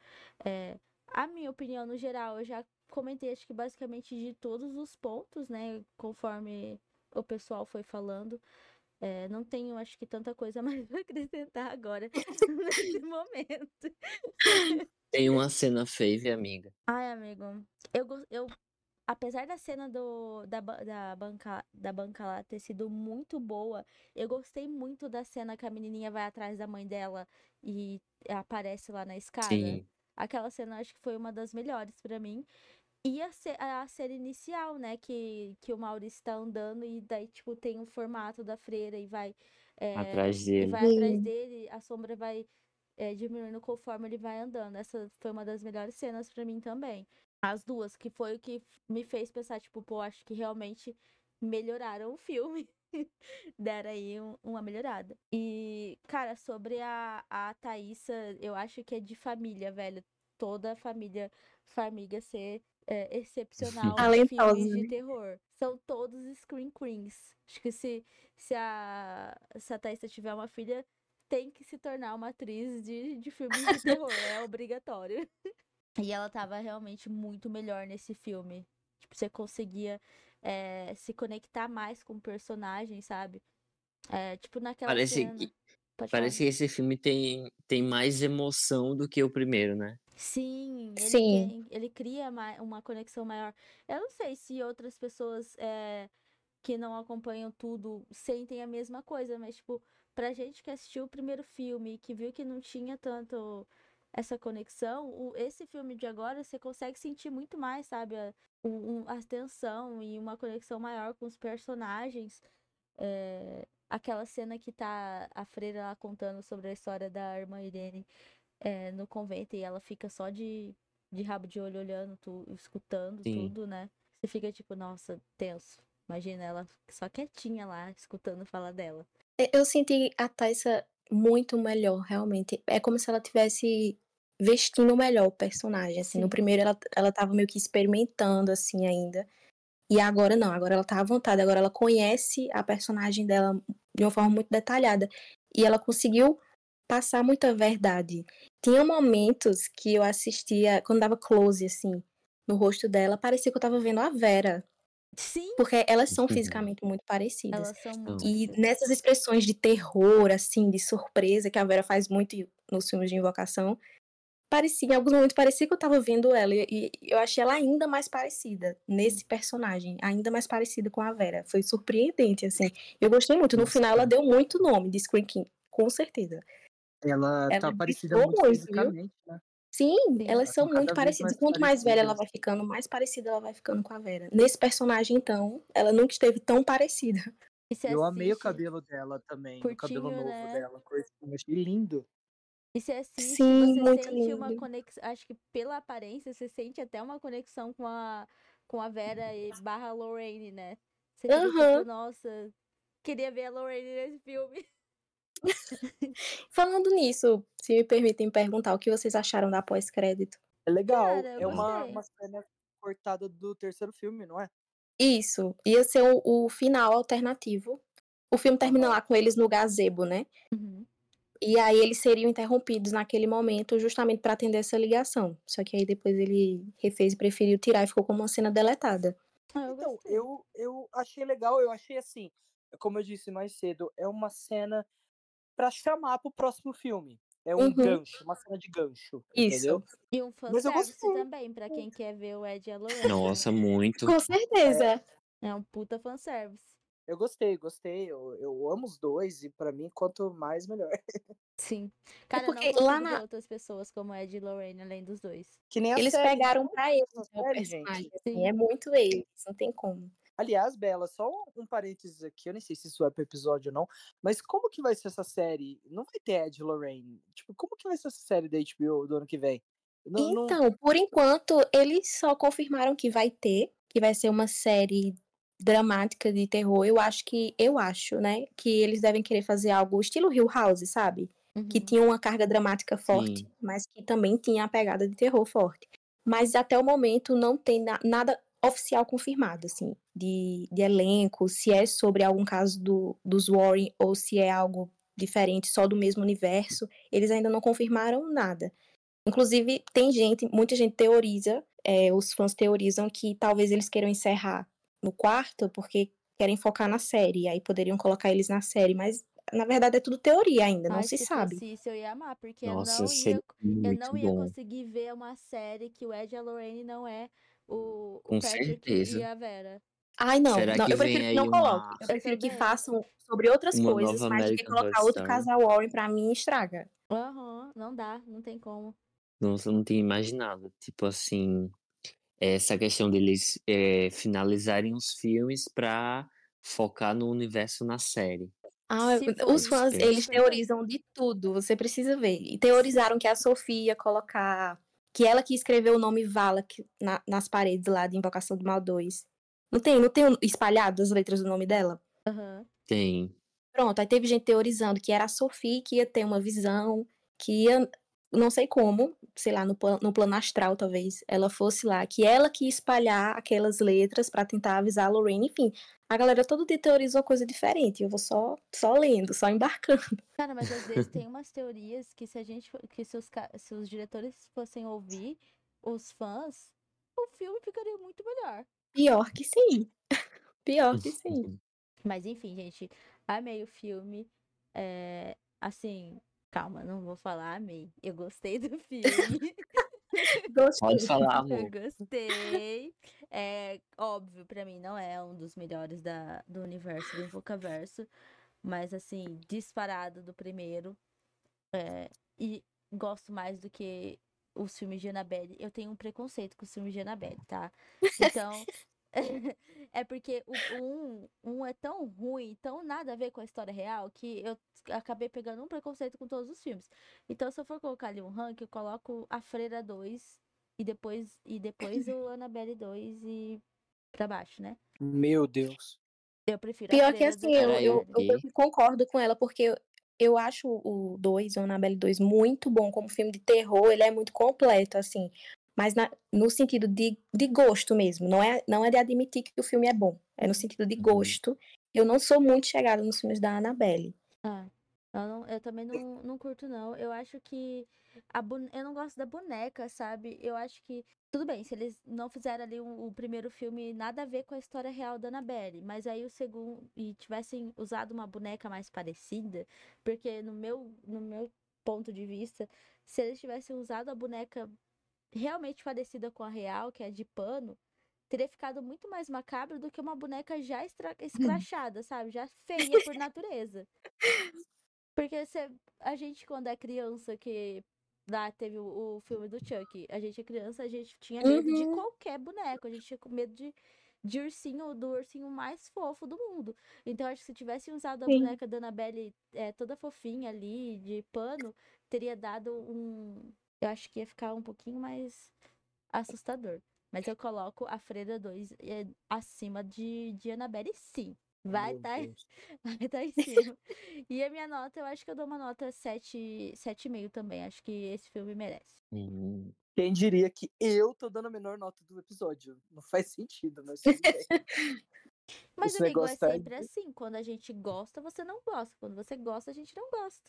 Speaker 3: A minha opinião, no geral, eu já comentei, acho que basicamente de todos os pontos, né? Conforme o pessoal foi falando. Não tenho, acho que, tanta coisa mais pra acrescentar agora, nesse momento.
Speaker 4: Tem uma cena fave, amiga.
Speaker 3: Ai, amigo, apesar da cena da banca lá ter sido muito boa, eu gostei muito da cena que a menininha vai atrás da mãe dela e aparece lá na escada.
Speaker 4: Sim.
Speaker 3: Aquela cena acho que foi uma das melhores pra mim. E a cena inicial, né, que o Maurício tá andando e daí, tipo, tem o formato da freira e vai
Speaker 4: Atrás
Speaker 3: e
Speaker 4: dele.
Speaker 3: vai atrás dele, a sombra vai diminuindo conforme ele vai andando. Essa foi uma das melhores cenas pra mim também. As duas, que foi o que me fez pensar, tipo, pô, acho que realmente melhoraram o filme. Deram aí uma melhorada. E, cara, sobre a Thaísa, eu acho que é de família, velho. Toda a família Farmiga ser excepcional em
Speaker 2: Talentosa,
Speaker 3: filmes de
Speaker 2: né?
Speaker 3: terror. São todos screen queens. Acho que se a Thaísa tiver uma filha, tem que se tornar uma atriz de filmes de terror. É obrigatório. E ela tava realmente muito melhor nesse filme. Tipo, você conseguia se conectar mais com o personagem, sabe? Tipo, naquela
Speaker 4: Parece
Speaker 3: cena.
Speaker 4: que,
Speaker 3: Pode falar.
Speaker 4: parece que esse filme tem mais emoção do que o primeiro, né?
Speaker 3: Sim,
Speaker 2: Sim.
Speaker 3: ele cria uma conexão maior. Eu não sei se outras pessoas que não acompanham tudo sentem a mesma coisa, mas, tipo, pra gente que assistiu o primeiro filme e que viu que não tinha tanto essa conexão, esse filme de agora você consegue sentir muito mais, sabe? A tensão e uma conexão maior com os personagens. Aquela cena que tá a freira lá contando sobre a história da irmã Irene no convento e ela fica só de rabo de olho olhando, escutando
Speaker 4: Sim.
Speaker 3: tudo, né? Você fica tipo, nossa, tenso. Imagina ela só quietinha lá, escutando falar dela.
Speaker 2: Eu senti a Thaísa muito melhor, realmente. É como se ela tivesse vestindo melhor o personagem, assim. No
Speaker 3: Sim.
Speaker 2: primeiro ela tava meio que experimentando, assim, ainda. E agora não, agora ela tá à vontade. Agora ela conhece a personagem dela de uma forma muito detalhada. E ela conseguiu passar muita verdade. Tinha momentos que eu assistia, quando dava close, assim, no rosto dela, parecia que eu tava vendo a Vera.
Speaker 3: Sim,
Speaker 2: Porque elas são fisicamente muito parecidas.
Speaker 3: elas são muito
Speaker 2: E
Speaker 3: parecidas.
Speaker 2: nessas expressões de terror, assim, de surpresa, que a Vera faz muito nos filmes de Invocação, parecia, em alguns momentos parecia que eu tava vendo ela. E eu achei ela ainda mais parecida nesse personagem, ainda mais parecida com a Vera. Foi surpreendente, assim. Eu gostei muito. No final, ela deu muito nome de Scream King, com certeza.
Speaker 1: Ela tá
Speaker 2: Ela
Speaker 1: parecida
Speaker 2: gritou
Speaker 1: muito
Speaker 2: muito, viu?
Speaker 1: fisicamente, né?
Speaker 2: Sim,
Speaker 3: Sim.
Speaker 2: elas
Speaker 1: Elas
Speaker 2: são
Speaker 1: são
Speaker 2: muito
Speaker 1: cada vez
Speaker 2: parecidas.
Speaker 1: mais
Speaker 2: E quanto mais velha ela
Speaker 1: parecidas.
Speaker 2: vai ficando, mais parecida ela vai ficando com a Vera. Nesse personagem, então, ela nunca esteve tão parecida.
Speaker 3: E você
Speaker 1: Eu amei o
Speaker 3: assiste
Speaker 1: cabelo dela também, o cabelo
Speaker 3: curtinho,
Speaker 1: novo
Speaker 3: né?
Speaker 1: dela, curtinho, achei lindo.
Speaker 3: E você assiste,
Speaker 2: Sim,
Speaker 3: você
Speaker 2: muito
Speaker 3: sente uma
Speaker 2: lindo.
Speaker 3: conexão. Acho que pela aparência, você sente até uma conexão com a Vera e barra Lorraine, né? Você fica tipo,
Speaker 2: Aham.
Speaker 3: nossa, queria ver a Lorraine nesse filme.
Speaker 2: Falando nisso, se me permitem perguntar o que vocês acharam da pós-crédito.
Speaker 1: É legal,
Speaker 3: Cara, eu
Speaker 1: é uma
Speaker 3: gostei.
Speaker 1: cena cortada do terceiro filme, não é?
Speaker 2: Isso, ia ser o final alternativo. O filme termina
Speaker 1: Aham.
Speaker 2: lá com eles no gazebo, né?
Speaker 3: Uhum.
Speaker 2: E aí eles seriam interrompidos naquele momento justamente para atender essa ligação. Só que aí depois ele refez e preferiu tirar e ficou como uma cena deletada.
Speaker 3: Ah, eu
Speaker 1: Então,
Speaker 3: gostei.
Speaker 1: eu achei legal, eu achei assim, como eu disse mais cedo, é uma cena pra chamar pro próximo filme. É um
Speaker 2: Uhum,
Speaker 1: gancho, uma cena de gancho, entendeu?
Speaker 2: isso.
Speaker 3: E um
Speaker 1: Mas eu
Speaker 3: fanservice
Speaker 1: gostei.
Speaker 3: também, pra quem quer ver o Ed e a Lorraine.
Speaker 4: Nossa, muito.
Speaker 2: Com certeza.
Speaker 3: É um puta fanservice.
Speaker 1: Eu gostei. Eu amo os dois e pra mim, quanto mais, melhor.
Speaker 3: Sim.
Speaker 2: É
Speaker 3: Cara, eu não
Speaker 2: porque lá
Speaker 3: consigo ver
Speaker 2: na.
Speaker 3: outras pessoas como Ed e Lorraine além dos dois.
Speaker 1: Que nem a
Speaker 2: Eles
Speaker 1: série, eles
Speaker 2: pegaram
Speaker 1: são
Speaker 2: pra eles
Speaker 1: essa
Speaker 2: né, o
Speaker 1: série,
Speaker 2: personagem.
Speaker 1: gente.
Speaker 2: Assim,
Speaker 3: Sim.
Speaker 2: é muito eles, não tem como.
Speaker 1: Aliás, Bela, só um parênteses aqui, eu nem sei se isso é pro episódio ou não, mas como que vai ser essa série? Não vai ter Ed e Lorraine. Tipo, como que vai ser essa série da HBO do ano que vem? Não.
Speaker 2: Então, por enquanto, eles só confirmaram que vai ser uma série dramática de terror. Eu acho, né, que eles devem querer fazer algo estilo Hill House, sabe? Que
Speaker 3: Uhum.
Speaker 2: tinha uma carga dramática forte,
Speaker 4: Sim.
Speaker 2: mas que também tinha a pegada de terror forte. Mas até o momento não tem nada oficial confirmado, assim, de elenco, se é sobre algum caso dos Warren ou se é algo diferente, só do mesmo universo. Eles ainda não confirmaram nada. Inclusive, muita gente teoriza, os fãs teorizam que talvez eles queiram encerrar no quarto porque querem focar na série, aí poderiam colocar eles na série, mas na verdade é tudo teoria ainda, não
Speaker 3: Ai,
Speaker 2: se
Speaker 3: se
Speaker 2: sabe.
Speaker 3: fosse isso, eu ia amar, porque
Speaker 4: Nossa, seria
Speaker 3: eu
Speaker 4: muito
Speaker 3: não ia
Speaker 4: bom.
Speaker 3: conseguir ver uma série que o Ed e a Lorraine não é o
Speaker 4: Com
Speaker 3: Patrick e
Speaker 4: certeza.
Speaker 3: a Vera.
Speaker 2: Ai, não,
Speaker 4: Será
Speaker 2: não,
Speaker 4: que
Speaker 2: eu
Speaker 4: vem
Speaker 2: prefiro que não
Speaker 4: aí
Speaker 2: coloque. Eu
Speaker 3: Eu
Speaker 2: prefiro que
Speaker 3: também.
Speaker 2: façam sobre outras
Speaker 4: uma
Speaker 2: coisas,
Speaker 4: nova
Speaker 2: mas do que
Speaker 4: American Horror
Speaker 2: colocar outro
Speaker 4: Story?
Speaker 2: casal Warren pra mim estraga.
Speaker 3: Aham, não dá, não tem como.
Speaker 4: Nossa, eu não tinha imaginado. Tipo assim, essa questão deles finalizarem os filmes pra focar no universo na série.
Speaker 2: Ah,
Speaker 3: Se for
Speaker 2: os
Speaker 3: isso,
Speaker 2: fãs,
Speaker 3: seria
Speaker 2: eles
Speaker 3: perfeito.
Speaker 2: teorizam de tudo, você precisa ver. E teorizaram que a Sofia colocar. Que ela que escreveu o nome Valak nas paredes lá de Invocação do Mal 2. Não tem espalhado as letras do nome dela?
Speaker 3: Aham.
Speaker 4: Tem.
Speaker 2: Pronto, aí teve gente teorizando que era a Sophie que ia ter uma visão, que ia, não sei como, sei lá, no plano astral talvez, ela fosse lá, que ela que ia espalhar aquelas letras pra tentar avisar a Lorraine, enfim. A galera toda teorizou coisa diferente, eu vou só lendo, só embarcando.
Speaker 3: Cara, mas às vezes tem umas teorias que se a gente, que se os diretores fossem ouvir os fãs, o filme ficaria muito melhor.
Speaker 2: Pior que sim, pior que sim.
Speaker 3: Mas enfim, gente, amei o filme. Assim, calma, não vou falar amei. Eu gostei do filme.
Speaker 4: Pode
Speaker 2: Gostei.
Speaker 4: falar,
Speaker 3: Eu
Speaker 4: amor.
Speaker 3: gostei. É óbvio, pra mim não é um dos melhores do universo do Invocaverso, mas assim, disparado do primeiro. E gosto mais do que os filmes de Annabelle. Eu tenho um preconceito com os filmes de Annabelle, tá? Então, é porque um é tão ruim, tão nada a ver com a história real, que eu acabei pegando um preconceito com todos os filmes. Então, se eu for colocar ali um ranking, eu coloco a Freira 2 e depois o Annabelle 2 e pra baixo, né?
Speaker 1: Meu Deus.
Speaker 3: Eu prefiro a
Speaker 2: Pior que
Speaker 3: Freira do
Speaker 2: assim,
Speaker 3: que a
Speaker 2: eu,
Speaker 4: Peraí, o
Speaker 2: eu,
Speaker 3: Annabelle.
Speaker 2: eu
Speaker 4: quê?
Speaker 2: concordo com ela, porque eu acho o 2, o Annabelle 2, muito bom como filme de terror, ele é muito completo, assim. Mas no sentido de gosto mesmo, não é de admitir que o filme é bom, é no sentido de
Speaker 4: Uhum.
Speaker 2: gosto. Eu não sou muito chegada nos filmes da Annabelle.
Speaker 3: Ah, Eu também não curto, não. Eu acho que eu não gosto da boneca, sabe? Eu acho que. Tudo bem, se eles não fizeram ali o primeiro filme nada a ver com a história real da Annabelle, mas aí o segundo. E tivessem usado uma boneca mais parecida, porque no meu ponto de vista, se eles tivessem usado a boneca realmente parecida com a real, que é de pano, teria ficado muito mais macabro do que uma boneca já escrachada, sabe? Já feia por natureza. Porque a gente, quando é criança, que lá teve o filme do Chuck, a gente é criança, a gente tinha medo de
Speaker 2: Uhum,
Speaker 3: qualquer boneco, a gente tinha medo de ursinho, do ursinho mais fofo do mundo. Então, acho que se tivesse usado a
Speaker 2: sim.
Speaker 3: boneca da Annabelle toda fofinha ali, de pano, teria dado um. Eu acho que ia ficar um pouquinho mais assustador. Mas eu coloco a Freira 2 acima de Annabelle, sim. Vai
Speaker 1: Meu
Speaker 3: estar
Speaker 1: Deus.
Speaker 3: vai tá em cima. E a minha nota, eu acho que eu dou uma nota 7,5 também. Acho que esse filme merece.
Speaker 4: Hum.
Speaker 1: Quem diria que eu tô dando a menor nota do episódio? Não faz sentido, mas tudo bem.
Speaker 3: Mas,
Speaker 1: Esse
Speaker 3: amigo, é
Speaker 1: negócio tá.
Speaker 3: sempre assim. Quando a gente gosta, você não gosta. Quando você gosta, a gente não gosta.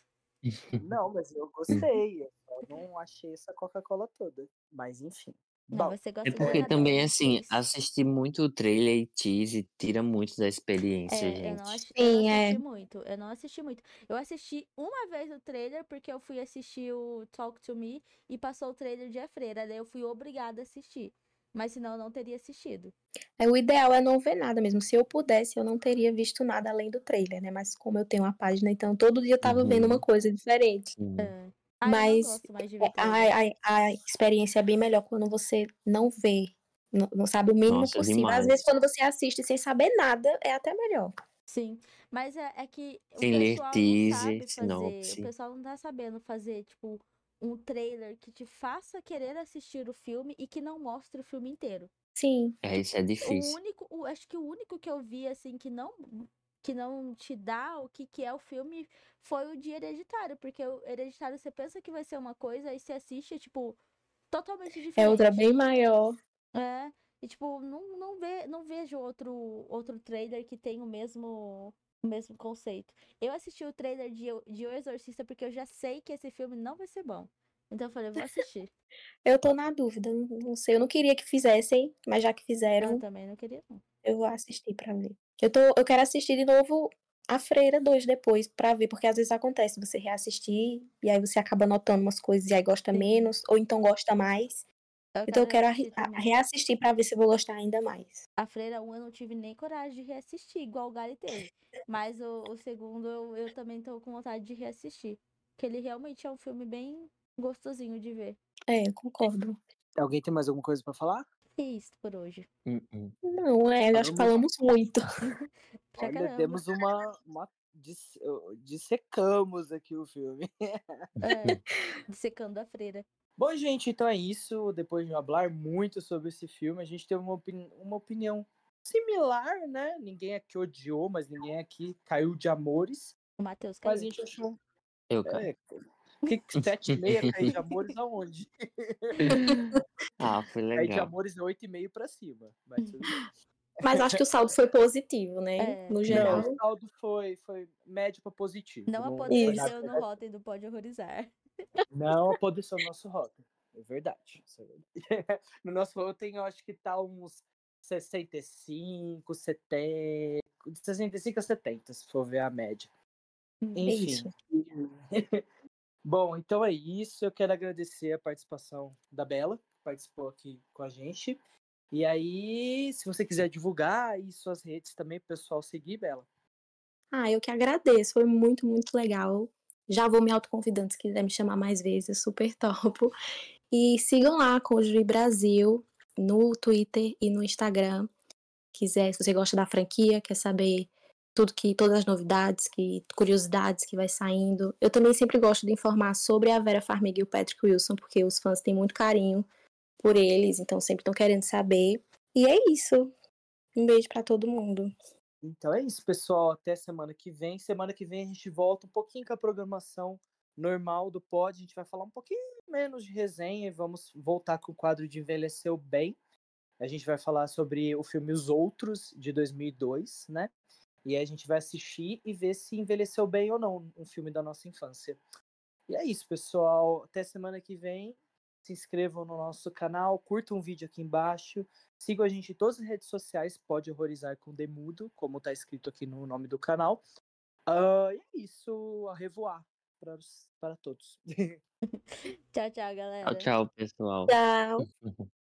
Speaker 1: Não, mas eu gostei. Eu só não achei essa Coca-Cola toda. Mas enfim.
Speaker 3: Não,
Speaker 1: Bom,
Speaker 3: você
Speaker 4: É
Speaker 3: gosta de
Speaker 4: porque
Speaker 3: Annabelle
Speaker 4: também,
Speaker 3: 26.
Speaker 4: assim, assistir muito o trailer e teaser tira muito da experiência,
Speaker 3: É,
Speaker 4: gente.
Speaker 3: eu não
Speaker 2: Sim, é.
Speaker 3: assisti muito. Eu não assisti muito. Eu assisti uma vez o trailer porque eu fui assistir o Talk to Me e passou o trailer de A Freira. Daí eu fui obrigada a assistir. Mas senão eu não teria assistido.
Speaker 2: O ideal é não ver nada mesmo. Se eu pudesse, eu não teria visto nada além do trailer, né? Mas como eu tenho uma página, então todo dia eu tava vendo uma
Speaker 4: Uhum,
Speaker 2: coisa diferente.
Speaker 4: sim.
Speaker 3: Ah, eu não
Speaker 2: Mas
Speaker 3: gosto mais de ver
Speaker 2: a,
Speaker 3: trailer.
Speaker 2: a experiência é bem melhor quando você não vê, não sabe o mínimo
Speaker 4: Nossa,
Speaker 2: possível. Às
Speaker 4: demais.
Speaker 2: vezes, quando você assiste sem saber nada, é até melhor.
Speaker 3: Sim, mas é que o
Speaker 4: Sem ler
Speaker 3: pessoal não
Speaker 4: teaser,
Speaker 3: sabe fazer, o
Speaker 4: sinopse.
Speaker 3: pessoal não tá sabendo fazer, tipo, um trailer que te faça querer assistir o filme e que não mostre o filme inteiro.
Speaker 2: Sim,
Speaker 4: É, isso é difícil.
Speaker 3: Acho que o único que eu vi, assim, que não te dá o que é o filme foi o de Hereditário, porque o Hereditário você pensa que vai ser uma coisa, aí você assiste, é, tipo, totalmente
Speaker 2: é outra
Speaker 3: diferente.
Speaker 2: bem maior.
Speaker 3: É, e tipo, não vejo outro trailer que tem o mesmo conceito. Eu assisti o trailer de O Exorcista porque eu já sei que esse filme não vai ser bom. Então eu falei, vou assistir.
Speaker 2: Eu tô na dúvida, não sei. Eu não queria que fizessem, mas já que
Speaker 3: Eu
Speaker 2: fizeram,
Speaker 3: também não queria, não.
Speaker 2: eu vou assistir pra ver. Eu quero assistir de novo A Freira 2 depois pra ver, porque às vezes acontece você reassistir e aí você acaba notando umas coisas e aí gosta
Speaker 3: Sim,
Speaker 2: menos, ou então gosta mais.
Speaker 3: eu
Speaker 2: Então
Speaker 3: quero
Speaker 2: eu quero
Speaker 3: reassistir também.
Speaker 2: reassistir pra ver se eu vou gostar ainda mais.
Speaker 3: A Freira 1 eu não tive nem coragem de reassistir, igual o Gali teve. Mas o segundo eu também tô com vontade de reassistir. Porque ele realmente é um filme bem gostosinho de ver.
Speaker 2: É, eu concordo.
Speaker 1: Alguém tem mais alguma coisa pra falar?
Speaker 3: E isso por hoje.
Speaker 4: Uhum.
Speaker 2: Não, eu acho que
Speaker 1: Falamos.
Speaker 2: falamos muito.
Speaker 3: Pra
Speaker 1: Olha,
Speaker 3: caramba.
Speaker 1: demos dissecamos aqui o filme.
Speaker 3: É, dissecando a freira.
Speaker 1: Bom, gente, então é isso. Depois de falar muito sobre esse filme, a gente teve uma opinião similar, né? Ninguém aqui odiou, mas ninguém aqui caiu de amores.
Speaker 3: O Matheus
Speaker 1: Mas a
Speaker 3: caiu.
Speaker 1: gente achou.
Speaker 4: Eu, cara.
Speaker 1: É, que 7,5 cair de amores aonde?
Speaker 4: Ah, foi
Speaker 1: Cair de
Speaker 4: legal.
Speaker 1: amores é 8,5 pra cima. Mas tudo bem.
Speaker 2: Mas acho que o saldo foi positivo, né?
Speaker 3: É,
Speaker 2: No
Speaker 1: Não, o
Speaker 2: geral.
Speaker 1: saldo foi médio para positivo.
Speaker 3: não
Speaker 1: Não foi nada
Speaker 3: apodreceu no
Speaker 1: negativo.
Speaker 3: rótulo do Pode Horrorizar.
Speaker 1: Não apodreceu no nosso rótulo. É verdade. Isso é verdade. No nosso rótulo, eu acho que tá uns 65, 70. De 65 a 70, se for ver a média.
Speaker 2: É
Speaker 1: Enfim.
Speaker 2: isso.
Speaker 1: Bom, então é isso. Eu quero agradecer a participação da Bela, que participou aqui com a gente. E aí, se você quiser divulgar aí suas redes também, pro pessoal seguir, Bela.
Speaker 2: Eu que agradeço. Foi muito, muito legal. Já vou me autoconvidando se quiser me chamar mais vezes. Super topo. E sigam lá Conjure Brasil no Twitter e no Instagram. Se você gosta da franquia, quer saber todas as novidades, curiosidades que vai saindo. Eu também sempre gosto de informar sobre a Vera Farmiga e o Patrick Wilson, porque os fãs têm muito carinho por eles, então sempre estão querendo saber. E é isso. Um beijo pra todo mundo.
Speaker 1: Então é isso, pessoal. Até semana que vem. Semana que vem a gente volta um pouquinho com a programação normal do pod. A gente vai falar um pouquinho menos de resenha e vamos voltar com o quadro de Envelheceu Bem. A gente vai falar sobre o filme Os Outros, de 2002, né? E aí a gente vai assistir e ver se envelheceu bem ou não um filme da nossa infância. E é isso, pessoal. Até semana que vem. Se inscrevam no nosso canal, curtam um vídeo aqui embaixo. Sigam a gente em todas as redes sociais, pode horrorizar com Demudo, como está escrito aqui no nome do canal. E é isso, a revoar para todos.
Speaker 3: Tchau, tchau,
Speaker 4: Tchau,
Speaker 3: galera.
Speaker 4: tchau, pessoal.
Speaker 2: Tchau.